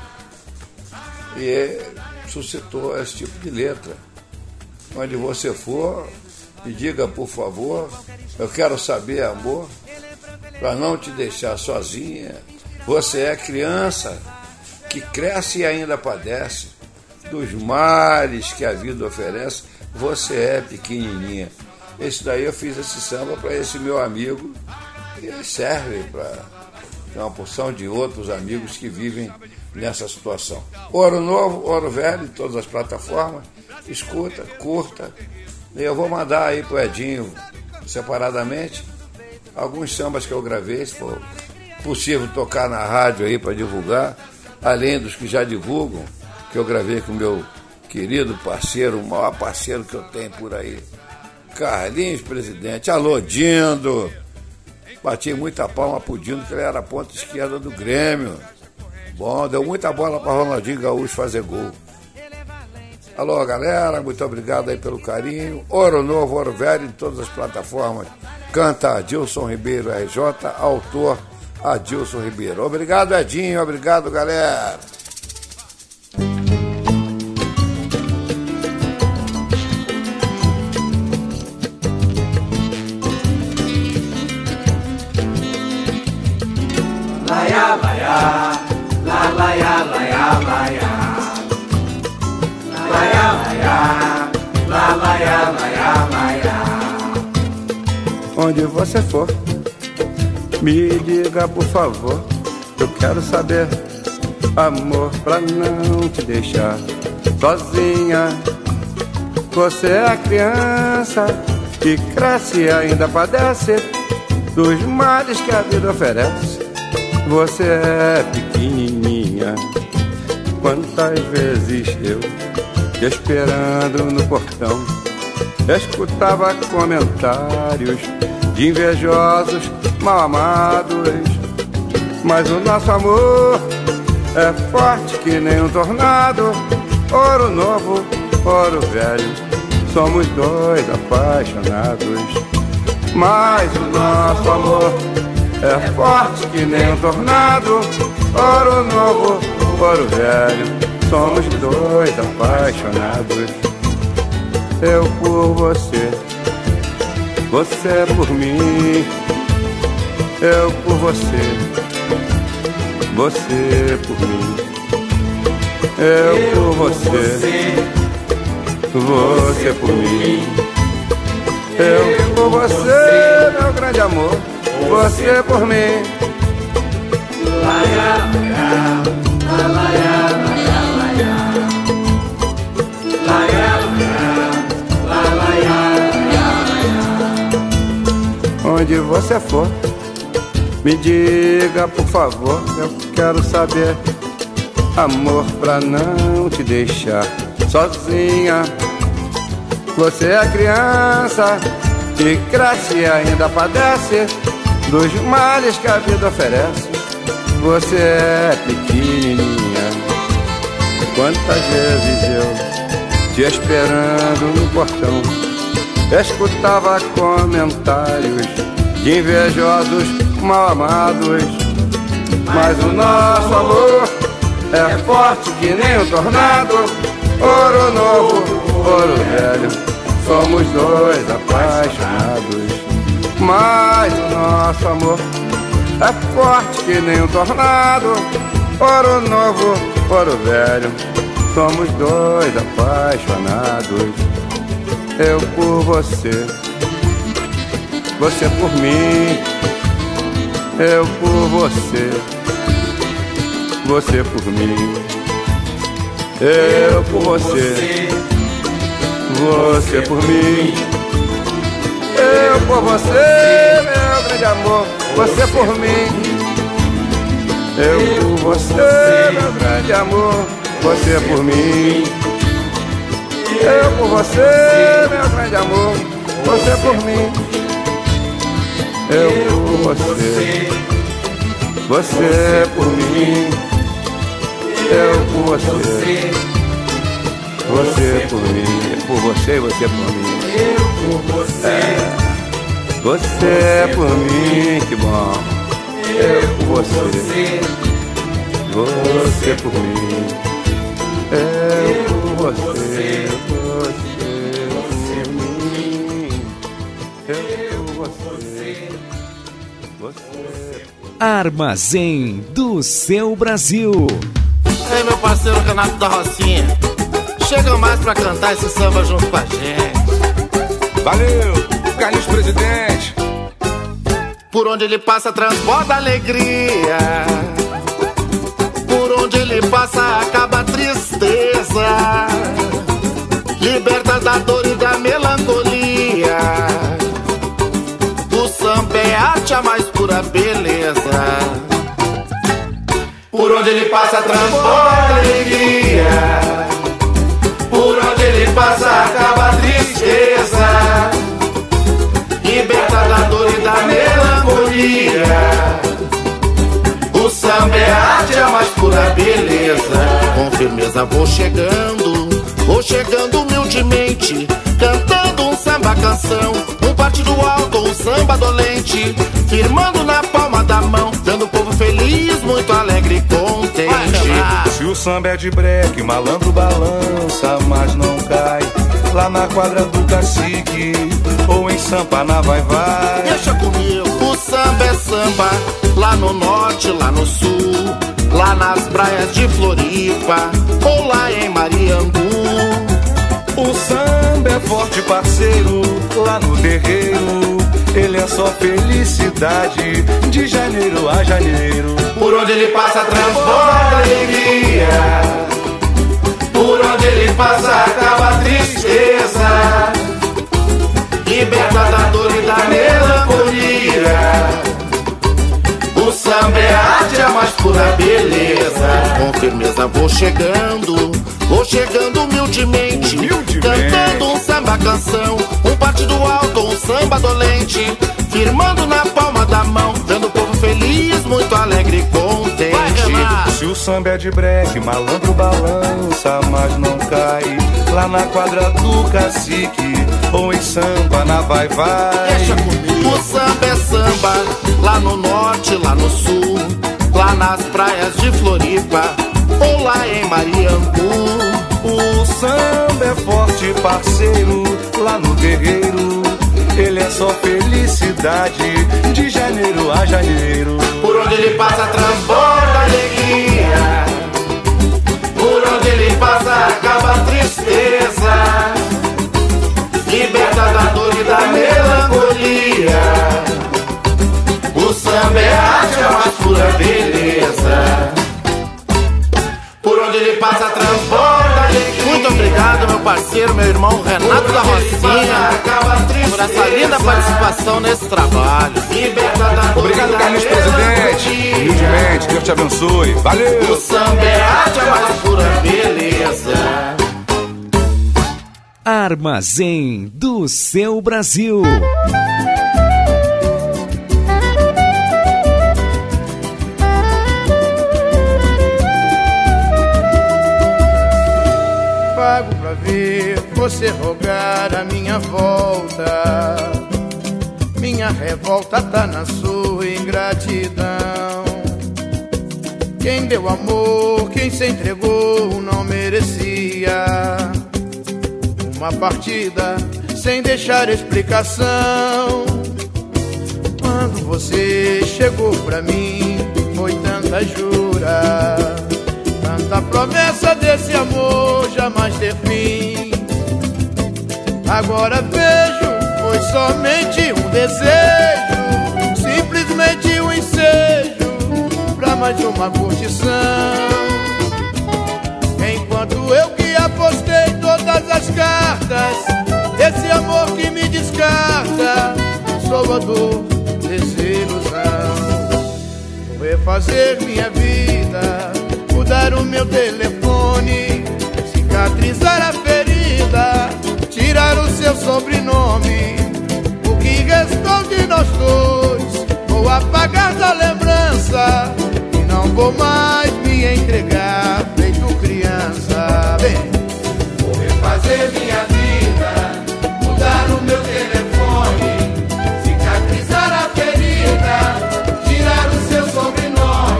E suscitou esse tipo de letra. Onde você for, me diga, por favor, eu quero saber, amor, para não te deixar sozinha. Você é criança que cresce e ainda padece dos males que a vida oferece. Você é pequenininha. Esse daí eu fiz esse samba para esse meu amigo, e serve para uma porção de outros amigos que vivem nessa situação. Ouro Novo, Ouro Velho, em todas as plataformas. Escuta, curta. E eu vou mandar aí pro Edinho, separadamente, alguns sambas que eu gravei, se for possível tocar na rádio aí para divulgar, além dos que já divulgam, que eu gravei com o meu querido parceiro, o maior parceiro que eu tenho por aí, Carlinhos Presidente. Alô, Dindo. Bati muita palma pro Dindo, que ele era a ponta esquerda do Grêmio. Bom, deu muita bola para Ronaldinho Gaúcho fazer gol. Alô, galera, muito obrigado aí pelo carinho. Ouro Novo, Ouro Velho, em todas as plataformas. Canta Adilson Ribeiro RJ, autor Adilson Ribeiro. Obrigado, Edinho, obrigado, galera. Laia, laia, la laia, laia, laia. Laia, laia, la laia, laia, laia. Onde você for, me diga por favor, eu quero saber, amor, pra não te deixar sozinha. Você é criança que cresce e ainda padece dos males que a vida oferece. Você é pequenininha. Quantas vezes eu, te esperando no portão, escutava comentários de invejosos mal amados. Mas o nosso amor é forte que nem um tornado. Ouro novo, ouro velho, somos dois apaixonados. Mas o nosso amor é forte que nem um tornado. Ouro novo, ouro velho, somos dois apaixonados. Eu por você, você por mim. Eu por você, você por mim. Eu por você, você por mim. Eu por você, meu grande amor, você por mim. Onde você for, me diga por favor, eu quero saber. Amor pra não te deixar sozinha. Você é criança que cresce e ainda padece dos males que a vida oferece. Você é pequenininha. Quantas vezes eu te esperando no portão, escutava comentários de invejosos mal amados. Mas o nosso amor é forte que nem um tornado. Ouro novo, ouro velho, somos dois apaixonados. Mas o nosso amor é forte que nem um tornado. Ouro novo, ouro velho, somos dois apaixonados. Eu por você, você por mim. Eu por você, você por mim. Eu por você, você por mim. Eu por você, meu grande amor, você por mim. Eu por você, meu grande amor, você por mim. Eu por você, meu grande amor, você por mim. Eu por você, você por mim. Eu por você, você por mim. Por você e você por mim. Eu por você, você por mim, que bom. Eu por você, você por mim. Eu por você, você por mim. Eu por você, você. Armazém do Seu Brasil. Ei, meu parceiro Renato da Rocinha, chega mais pra cantar esse samba junto com a gente. Valeu, Carlinhos Presidente. Por onde ele passa transborda alegria, por onde ele passa acaba a tristeza, liberta da dor e da melancolia. O samba é arte, a mais pura beleza. Por onde ele passa transborda alegria, por onde ele passa acaba a tristeza, liberta da dor e da melancolia. O samba é arte, a mais pura beleza. Com firmeza vou chegando humildemente, cantando um samba canção, um partido alto, um samba dolente, firmando na palma da mão, vendo o povo feliz, muito alegre e contente. Se o samba é de breque, malandro balança, mas não cai. Lá na quadra do cacique, ou em Sampa na vai-vai. Deixa comigo. O samba é samba, lá no norte, lá no sul, lá nas praias de Floripa, ou lá em Mariangu. O samba é forte, parceiro, lá no terreiro. Ele é só felicidade, de janeiro a janeiro. Por onde ele passa transborda alegria, por onde ele passa acaba a tristeza, liberta da dor e da melancolia. O samba é arte, a mais pura beleza. Com firmeza vou chegando humildemente, cantando um samba canção, um partido alto, um samba dolente, firmando na palma da mão, vendo o povo feliz, muito alegre e contente. Se o samba é de breque, malandro balança, mas não cai. Lá na quadra do cacique, ou em Sampa na vai-vai. Deixa comigo. O samba é samba, samba, lá no norte, lá no sul, lá nas praias de Floripa ou lá em Mariangu. O samba é forte, parceiro, lá no terreiro. Ele é só felicidade, de janeiro a janeiro. Por onde ele passa transborda alegria, por onde ele passa acaba a tristeza, liberta da dor e da melancolia. O samba é arte, é uma pura beleza. Por onde ele passa transborda alegria. Muito obrigado, meu parceiro, meu irmão Renato da Rocinha, por essa linda participação nesse trabalho. Obrigado, Carlos Presidente. Humildemente, Deus te abençoe. Valeu! O samba é arte, é mais pura beleza. Armazém do Seu Brasil. Pago pra ver você rogar a minha volta. Minha revolta tá na sua ingratidão. Quem deu amor, quem se entregou não merecia uma partida sem deixar explicação. Quando você chegou pra mim, foi tanta jura, tanta promessa desse amor jamais ter fim. Agora vejo, foi somente um desejo, simplesmente um ensejo pra mais uma curtição. Enquanto eu que apostei todas as cartas, esse amor que me descarta, sou a dor, desilusão. Vou refazer minha vida, mudar o meu telefone, cicatrizar a ferida, tirar o seu sobrenome. O que restou de nós dois, vou apagar da lembrança e não vou mais me entregar feito criança. Bem, vou refazer minha vida, mudar o meu telefone, cicatrizar a ferida, tirar o seu sobrenome.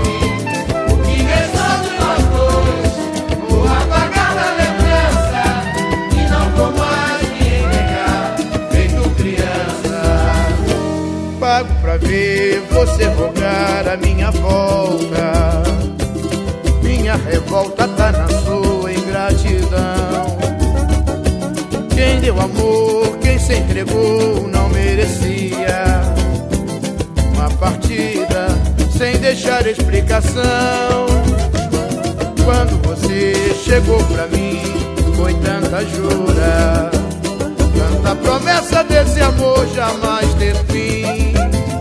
Pago pra ver você rogar a minha volta. Minha revolta tá na sua ingratidão. Quem deu amor, quem se entregou não merecia uma partida sem deixar explicação. Quando você chegou pra mim, foi tanta jura, tanta promessa desse amor jamais ter fim.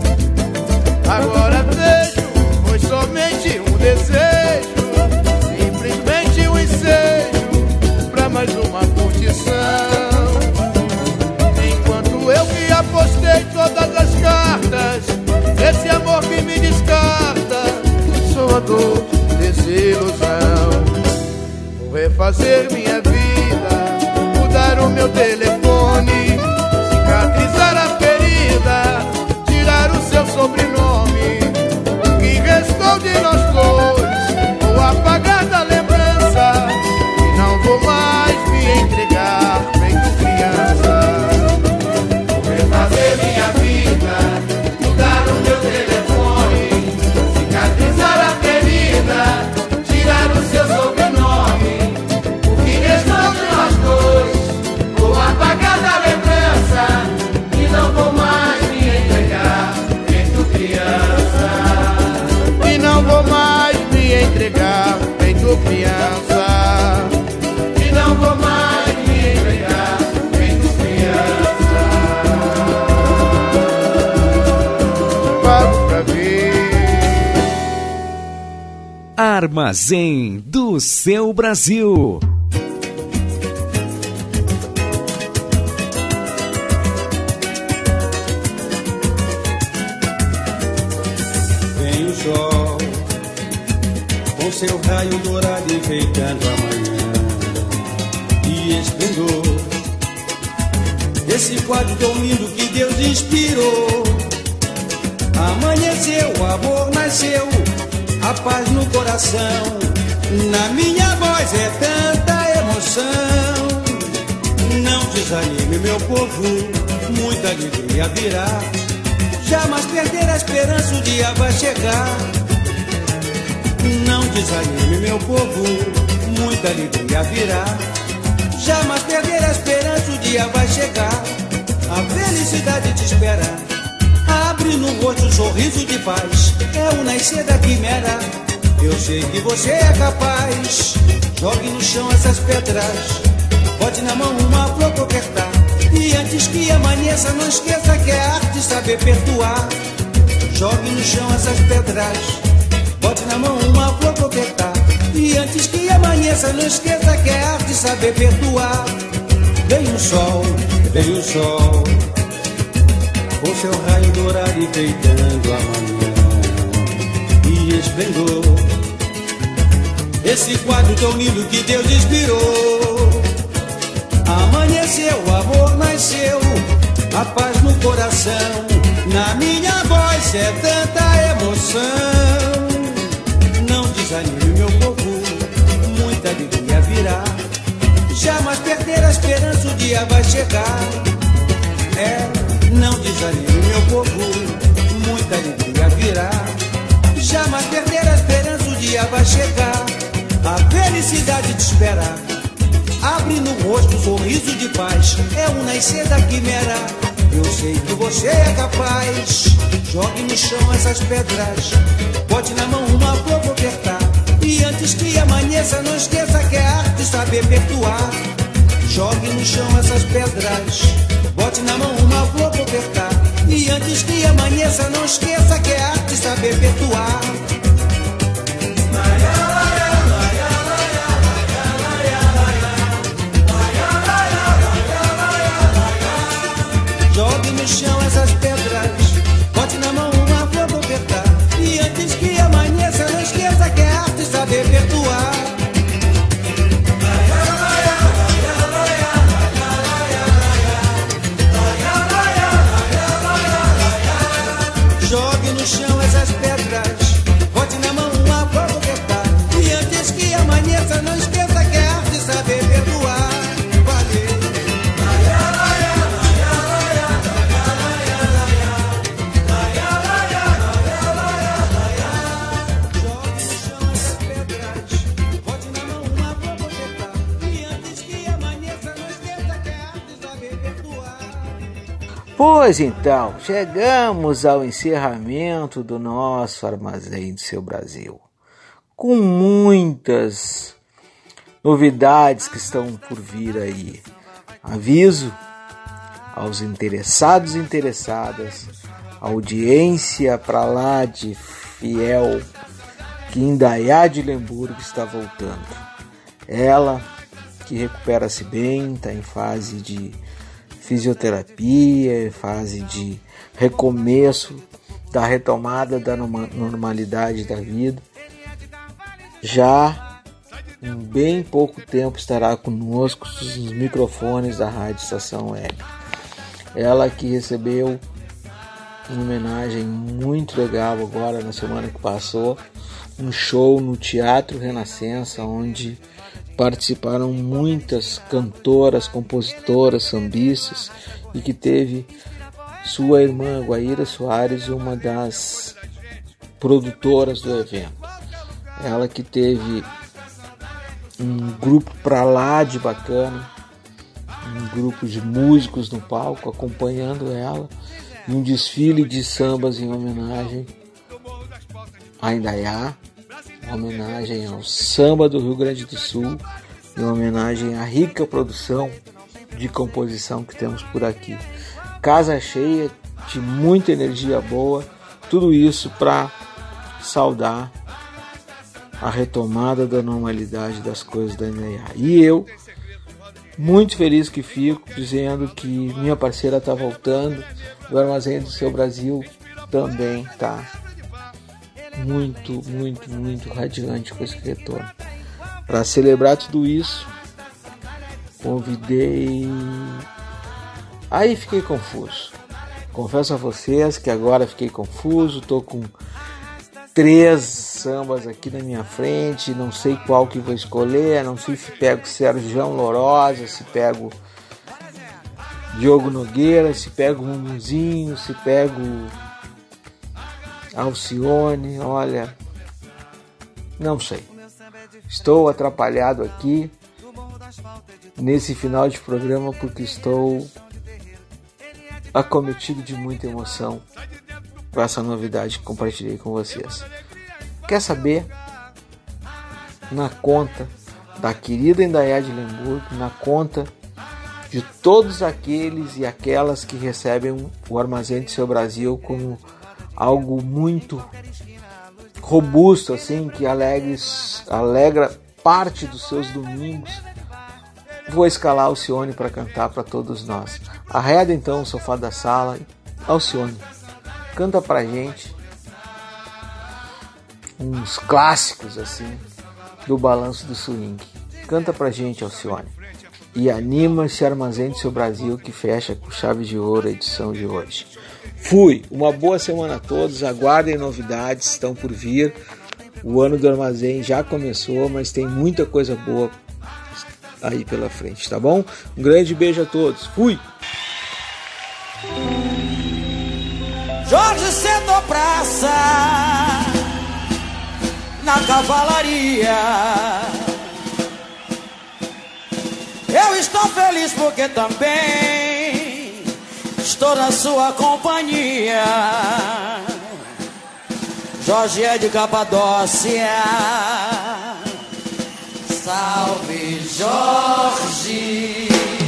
Agora vejo, foi somente um desejo, simplesmente um ensejo pra mais uma curtição. Enquanto eu que apostei todas as cartas, esse amor que me descarta, sou a dor, desilusão. Vou refazer minha vida, mudar o meu telefone, cicatrizar a ferida, tirar o seu sobrenome. O que restou de nós dois, vou apagar da lembrança e não vou mais me entregar feito criança. Vou refazer minha vida, mudar o meu telefone, cicatrizar a ferida, tirar o seu sobrenome. O que restou de nós dois, vou apagar da lembrança e não vou mais me entregar feito criança. E não vou mais me entregar feito criança. E não vou mais me entregar feito criança. Pago pra ver. Armazém do Seu Brasil. Vem o sol, com seu raio dourado enfeitando a manhã e esplendor. Esse quadro tão lindo que Deus inspirou Amanheceu, o amor nasceu, a paz no coração. Na minha voz é tanta emoção. Não desanime, meu povo, muita alegria virá. Jamais perder a esperança, o dia vai chegar. Não desanime, meu povo, muita alegria virá. Jamais perder a esperança, o dia vai chegar. A felicidade te espera. Abre no rosto um sorriso de paz. É o nascer da quimera. Eu sei que você é capaz. Jogue no chão essas pedras. Bote na mão uma flor pra ofertar. E antes que amanheça, não esqueça que é arte saber perdoar. Jogue no chão essas pedras. Bote na mão uma flor pra ofertar. E antes que amanheça, não esqueça que é arte saber perdoar. Vem o sol, com seu raio dourado enfeitando a manhã. E esplendor, esse quadro tão lindo que Deus inspirou. Amanheceu, o amor nasceu, a paz no coração. Na minha voz é tanta emoção. Não desanime, meu povo, muita alegria virá. Jamais perder a esperança, o dia vai chegar. Não desanime, meu povo, muita alegria virá. Jamais perder a esperança, o dia vai chegar. A felicidade te espera. Abre no rosto um sorriso de paz. É o nascer da quimera. Eu sei que você é capaz. Jogue no chão essas pedras. Bote na mão uma flor pra ofertar. E antes que amanheça, não esqueça que é arte saber perdoar. Jogue no chão essas pedras. Bote na mão uma flor pra ofertar. E antes que amanheça, não esqueça que é arte saber perdoar. Jogue no chão essas pedras. Bote na mão uma flor pra ofertar. E antes que amanheça, não esqueça que é arte saber perdoar. Jogue no chão essas pedras. Bote na mão uma flor pra ofertar. E antes que amanheça, não esqueça que é arte saber perdoar. Pois então, chegamos ao encerramento do nosso Armazém do Seu Brasil, com muitas novidades que estão por vir aí. Aviso aos interessados e interessadas, audiência pra lá de fiel, que Indaiá de Lemburgo está voltando. Ela que recupera-se bem, está em fase de fisioterapia, fase de recomeço da retomada da normalidade da vida. Já em bem pouco tempo estará conosco nos microfones da Rádio Estação Web. Ela que recebeu uma homenagem muito legal agora na semana que passou, um show no Teatro Renascença, onde participaram muitas cantoras, compositoras, sambistas, e que teve sua irmã Guaíra Soares, uma das produtoras do evento. Ela que teve um grupo pra lá de bacana, um grupo de músicos no palco acompanhando ela, e um desfile de sambas em homenagem a Indaiá, em homenagem ao samba do Rio Grande do Sul, em homenagem à rica produção de composição que temos por aqui. Casa cheia, de muita energia boa, tudo isso para saudar a retomada da normalidade das coisas da Indaiá. E eu, muito feliz que fico, dizendo que minha parceira está voltando, o Armazém do Seu Brasil também está muito radiante com esse retorno. Para celebrar tudo isso, convidei... Aí fiquei confuso. Confesso a vocês que agora fiquei confuso, tô com 3 sambas aqui na minha frente, não sei qual que vou escolher, não sei se pego Sergião Lorosa, se pego Diogo Nogueira, se pego Mumuzinho, se pego Alcione, olha, não sei. Estou atrapalhado aqui nesse final de programa porque estou acometido de muita emoção com essa novidade que compartilhei com vocês. Quer saber? Na conta da querida Indaiá de Lemburgo, na conta de todos aqueles e aquelas que recebem o Armazém do Seu Brasil como algo muito robusto, assim, que alegra parte dos seus domingos, vou escalar Alcione para cantar para todos nós. Arreda então o sofá da sala. Alcione, canta pra gente uns clássicos assim do balanço do swing. Canta pra gente, Alcione, e anima esse Armazém do Seu Brasil que fecha com chave de ouro a edição de hoje. Fui, uma boa semana a todos, aguardem novidades, estão por vir. O ano do Armazém já começou, mas tem muita coisa boa aí pela frente, tá bom? Um grande beijo a todos, fui! Jorge sentou praça na cavalaria. Eu estou feliz porque também estou na sua companhia. Jorge é de Capadócia. Salve Jorge.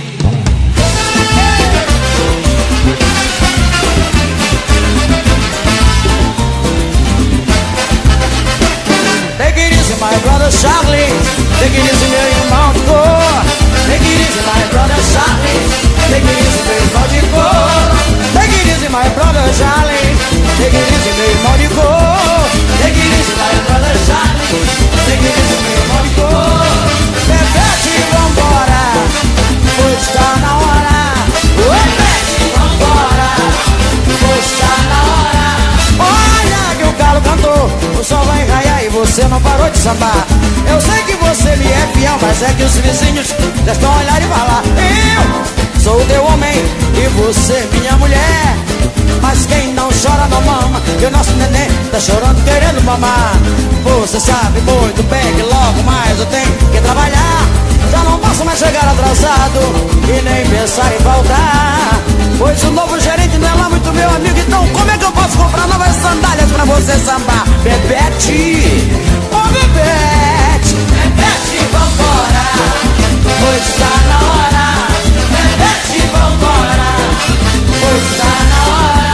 Take it easy, my brother Charlie. Take it easy, meu irmão de cor. Take it easy, my brother Charlie. Take it easy, meu irmão de cor. Take it easy, my brother Charlie. Take it easy, meu irmão de cor. Take it easy, my brother Charlie. Take it easy, meu irmão de cor. Bebete, vambora, pois está na hora. Bebete, vambora, pois está na hora. Olha que o galo cantou, o sol vai raiar e você não parou de sambar. Eu sei que você me é fiel, mas é que os vizinhos já estão a olhar e falar. Eu sou o teu homem e você minha mulher. Mas quem não chora não mama, que o nosso neném tá chorando querendo mamar. Você sabe muito bem que logo mais eu tenho que trabalhar. Já não posso mais chegar atrasado e nem pensar em voltar, pois o novo gerente não é lá muito meu amigo. Então como é que eu posso comprar novas sandálias pra você sambar? Bebete, oh Bebete, Bebete, vambora, pois está na hora. Bebete, vambora, pois está na hora.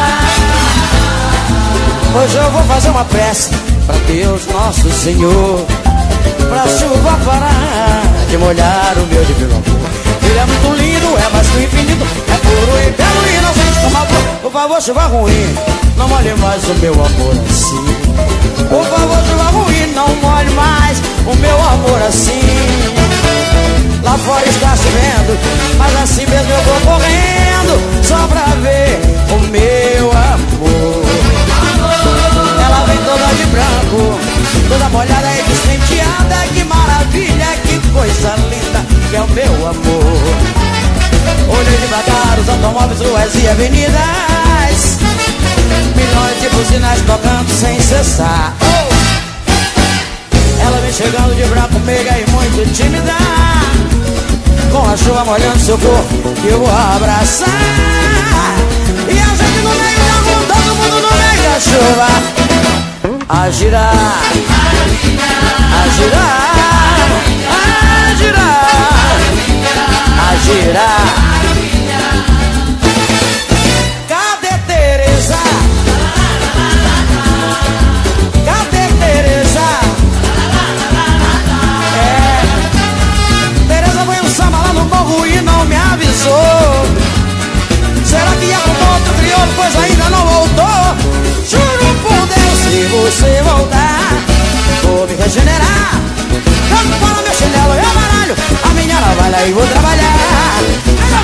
Hoje eu vou fazer uma prece pra Deus Nosso Senhor, pra chuva parar de molhar o meu divino amor. Ele é muito lindo, é mais que o infinito, é puro e belo e inocente como a flor. Por favor, chuva ruim, não molhe mais o meu amor assim. Por favor, chuva ruim, não molhe mais o meu amor assim. Lá fora está chovendo, mas assim mesmo eu vou correndo, só pra ver o meu amor. Ela vem toda de branco, toda molhada e despenteada. Que maravilha, que coisa linda, que é o meu amor. Olhei devagar os automóveis, ruas e avenidas, milhões de buzinas tocando sem cessar. Ela vem chegando de branco, meiga e muito tímida, com a chuva molhando seu corpo, que eu vou abraçar. E a gente no meio da rua, todo mundo no meio da chuva, a girar, a girar, a girar, a girar. Cadê Teresa? Cadê Teresa? Teresa foi um samba lá no morro e não me avisou. Será que ia com outro crioulo, pois ainda não voltou? Juro por Deus, se você voltar, vou me regenerar. Jogo fora meu chinelo, eu baralho a minha navalha e vou trabalhar.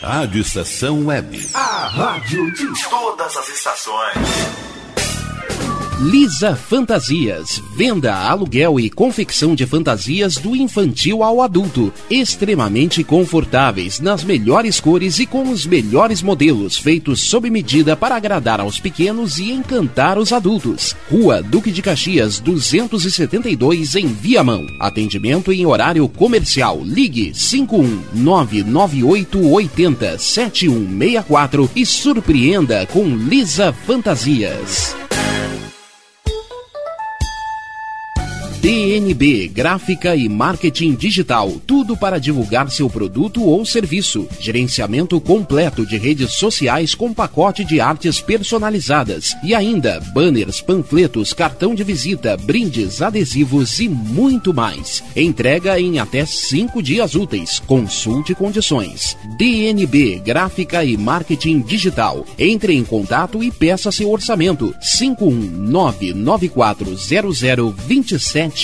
Rádio Estação Web. A rádio de todas as estações. Lisa Fantasias, venda, aluguel e confecção de fantasias do infantil ao adulto, extremamente confortáveis, nas melhores cores e com os melhores modelos, feitos sob medida para agradar aos pequenos e encantar os adultos. Rua Duque de Caxias, 272 em Viamão. Atendimento em horário comercial. Ligue 51998807164 e surpreenda com Lisa Fantasias. DNB, gráfica e marketing digital, tudo para divulgar seu produto ou serviço. Gerenciamento completo de redes sociais com pacote de artes personalizadas. E ainda, banners, panfletos, cartão de visita, brindes, adesivos e muito mais. Entrega em até 5 dias úteis. Consulte condições. DNB, gráfica e marketing digital. Entre em contato e peça seu orçamento. 51994002711.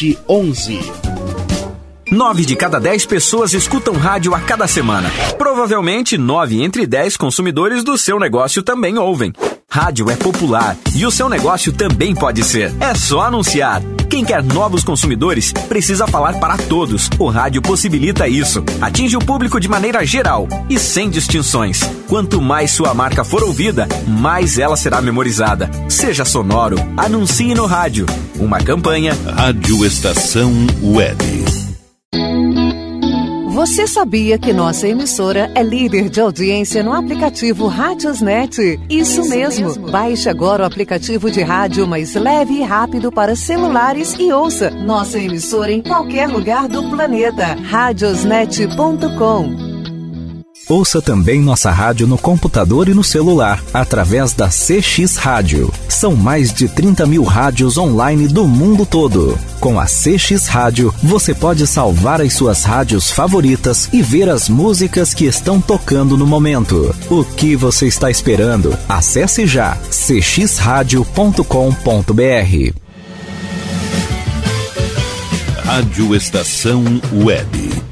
9 de cada 10 pessoas escutam rádio a cada semana. Provavelmente 9 entre 10 consumidores do seu negócio também ouvem. Rádio é popular e o seu negócio também pode ser. É só anunciar. Quem quer novos consumidores precisa falar para todos. O rádio possibilita isso. Atinge o público de maneira geral e sem distinções. Quanto mais sua marca for ouvida, mais ela será memorizada. Seja sonoro, anuncie no rádio. Uma campanha Rádio Estação Web. Você sabia que nossa emissora é líder de audiência no aplicativo Radiosnet? Isso mesmo. Baixe agora o aplicativo de rádio mais leve e rápido para celulares e ouça nossa emissora em qualquer lugar do planeta. Radiosnet.com. Ouça também nossa rádio no computador e no celular, através da CX Rádio. São mais de 30 mil rádios online do mundo todo. Com a CX Rádio, você pode salvar as suas rádios favoritas e ver as músicas que estão tocando no momento. O que você está esperando? Acesse já cxradio.com.br. Rádio Estação Web.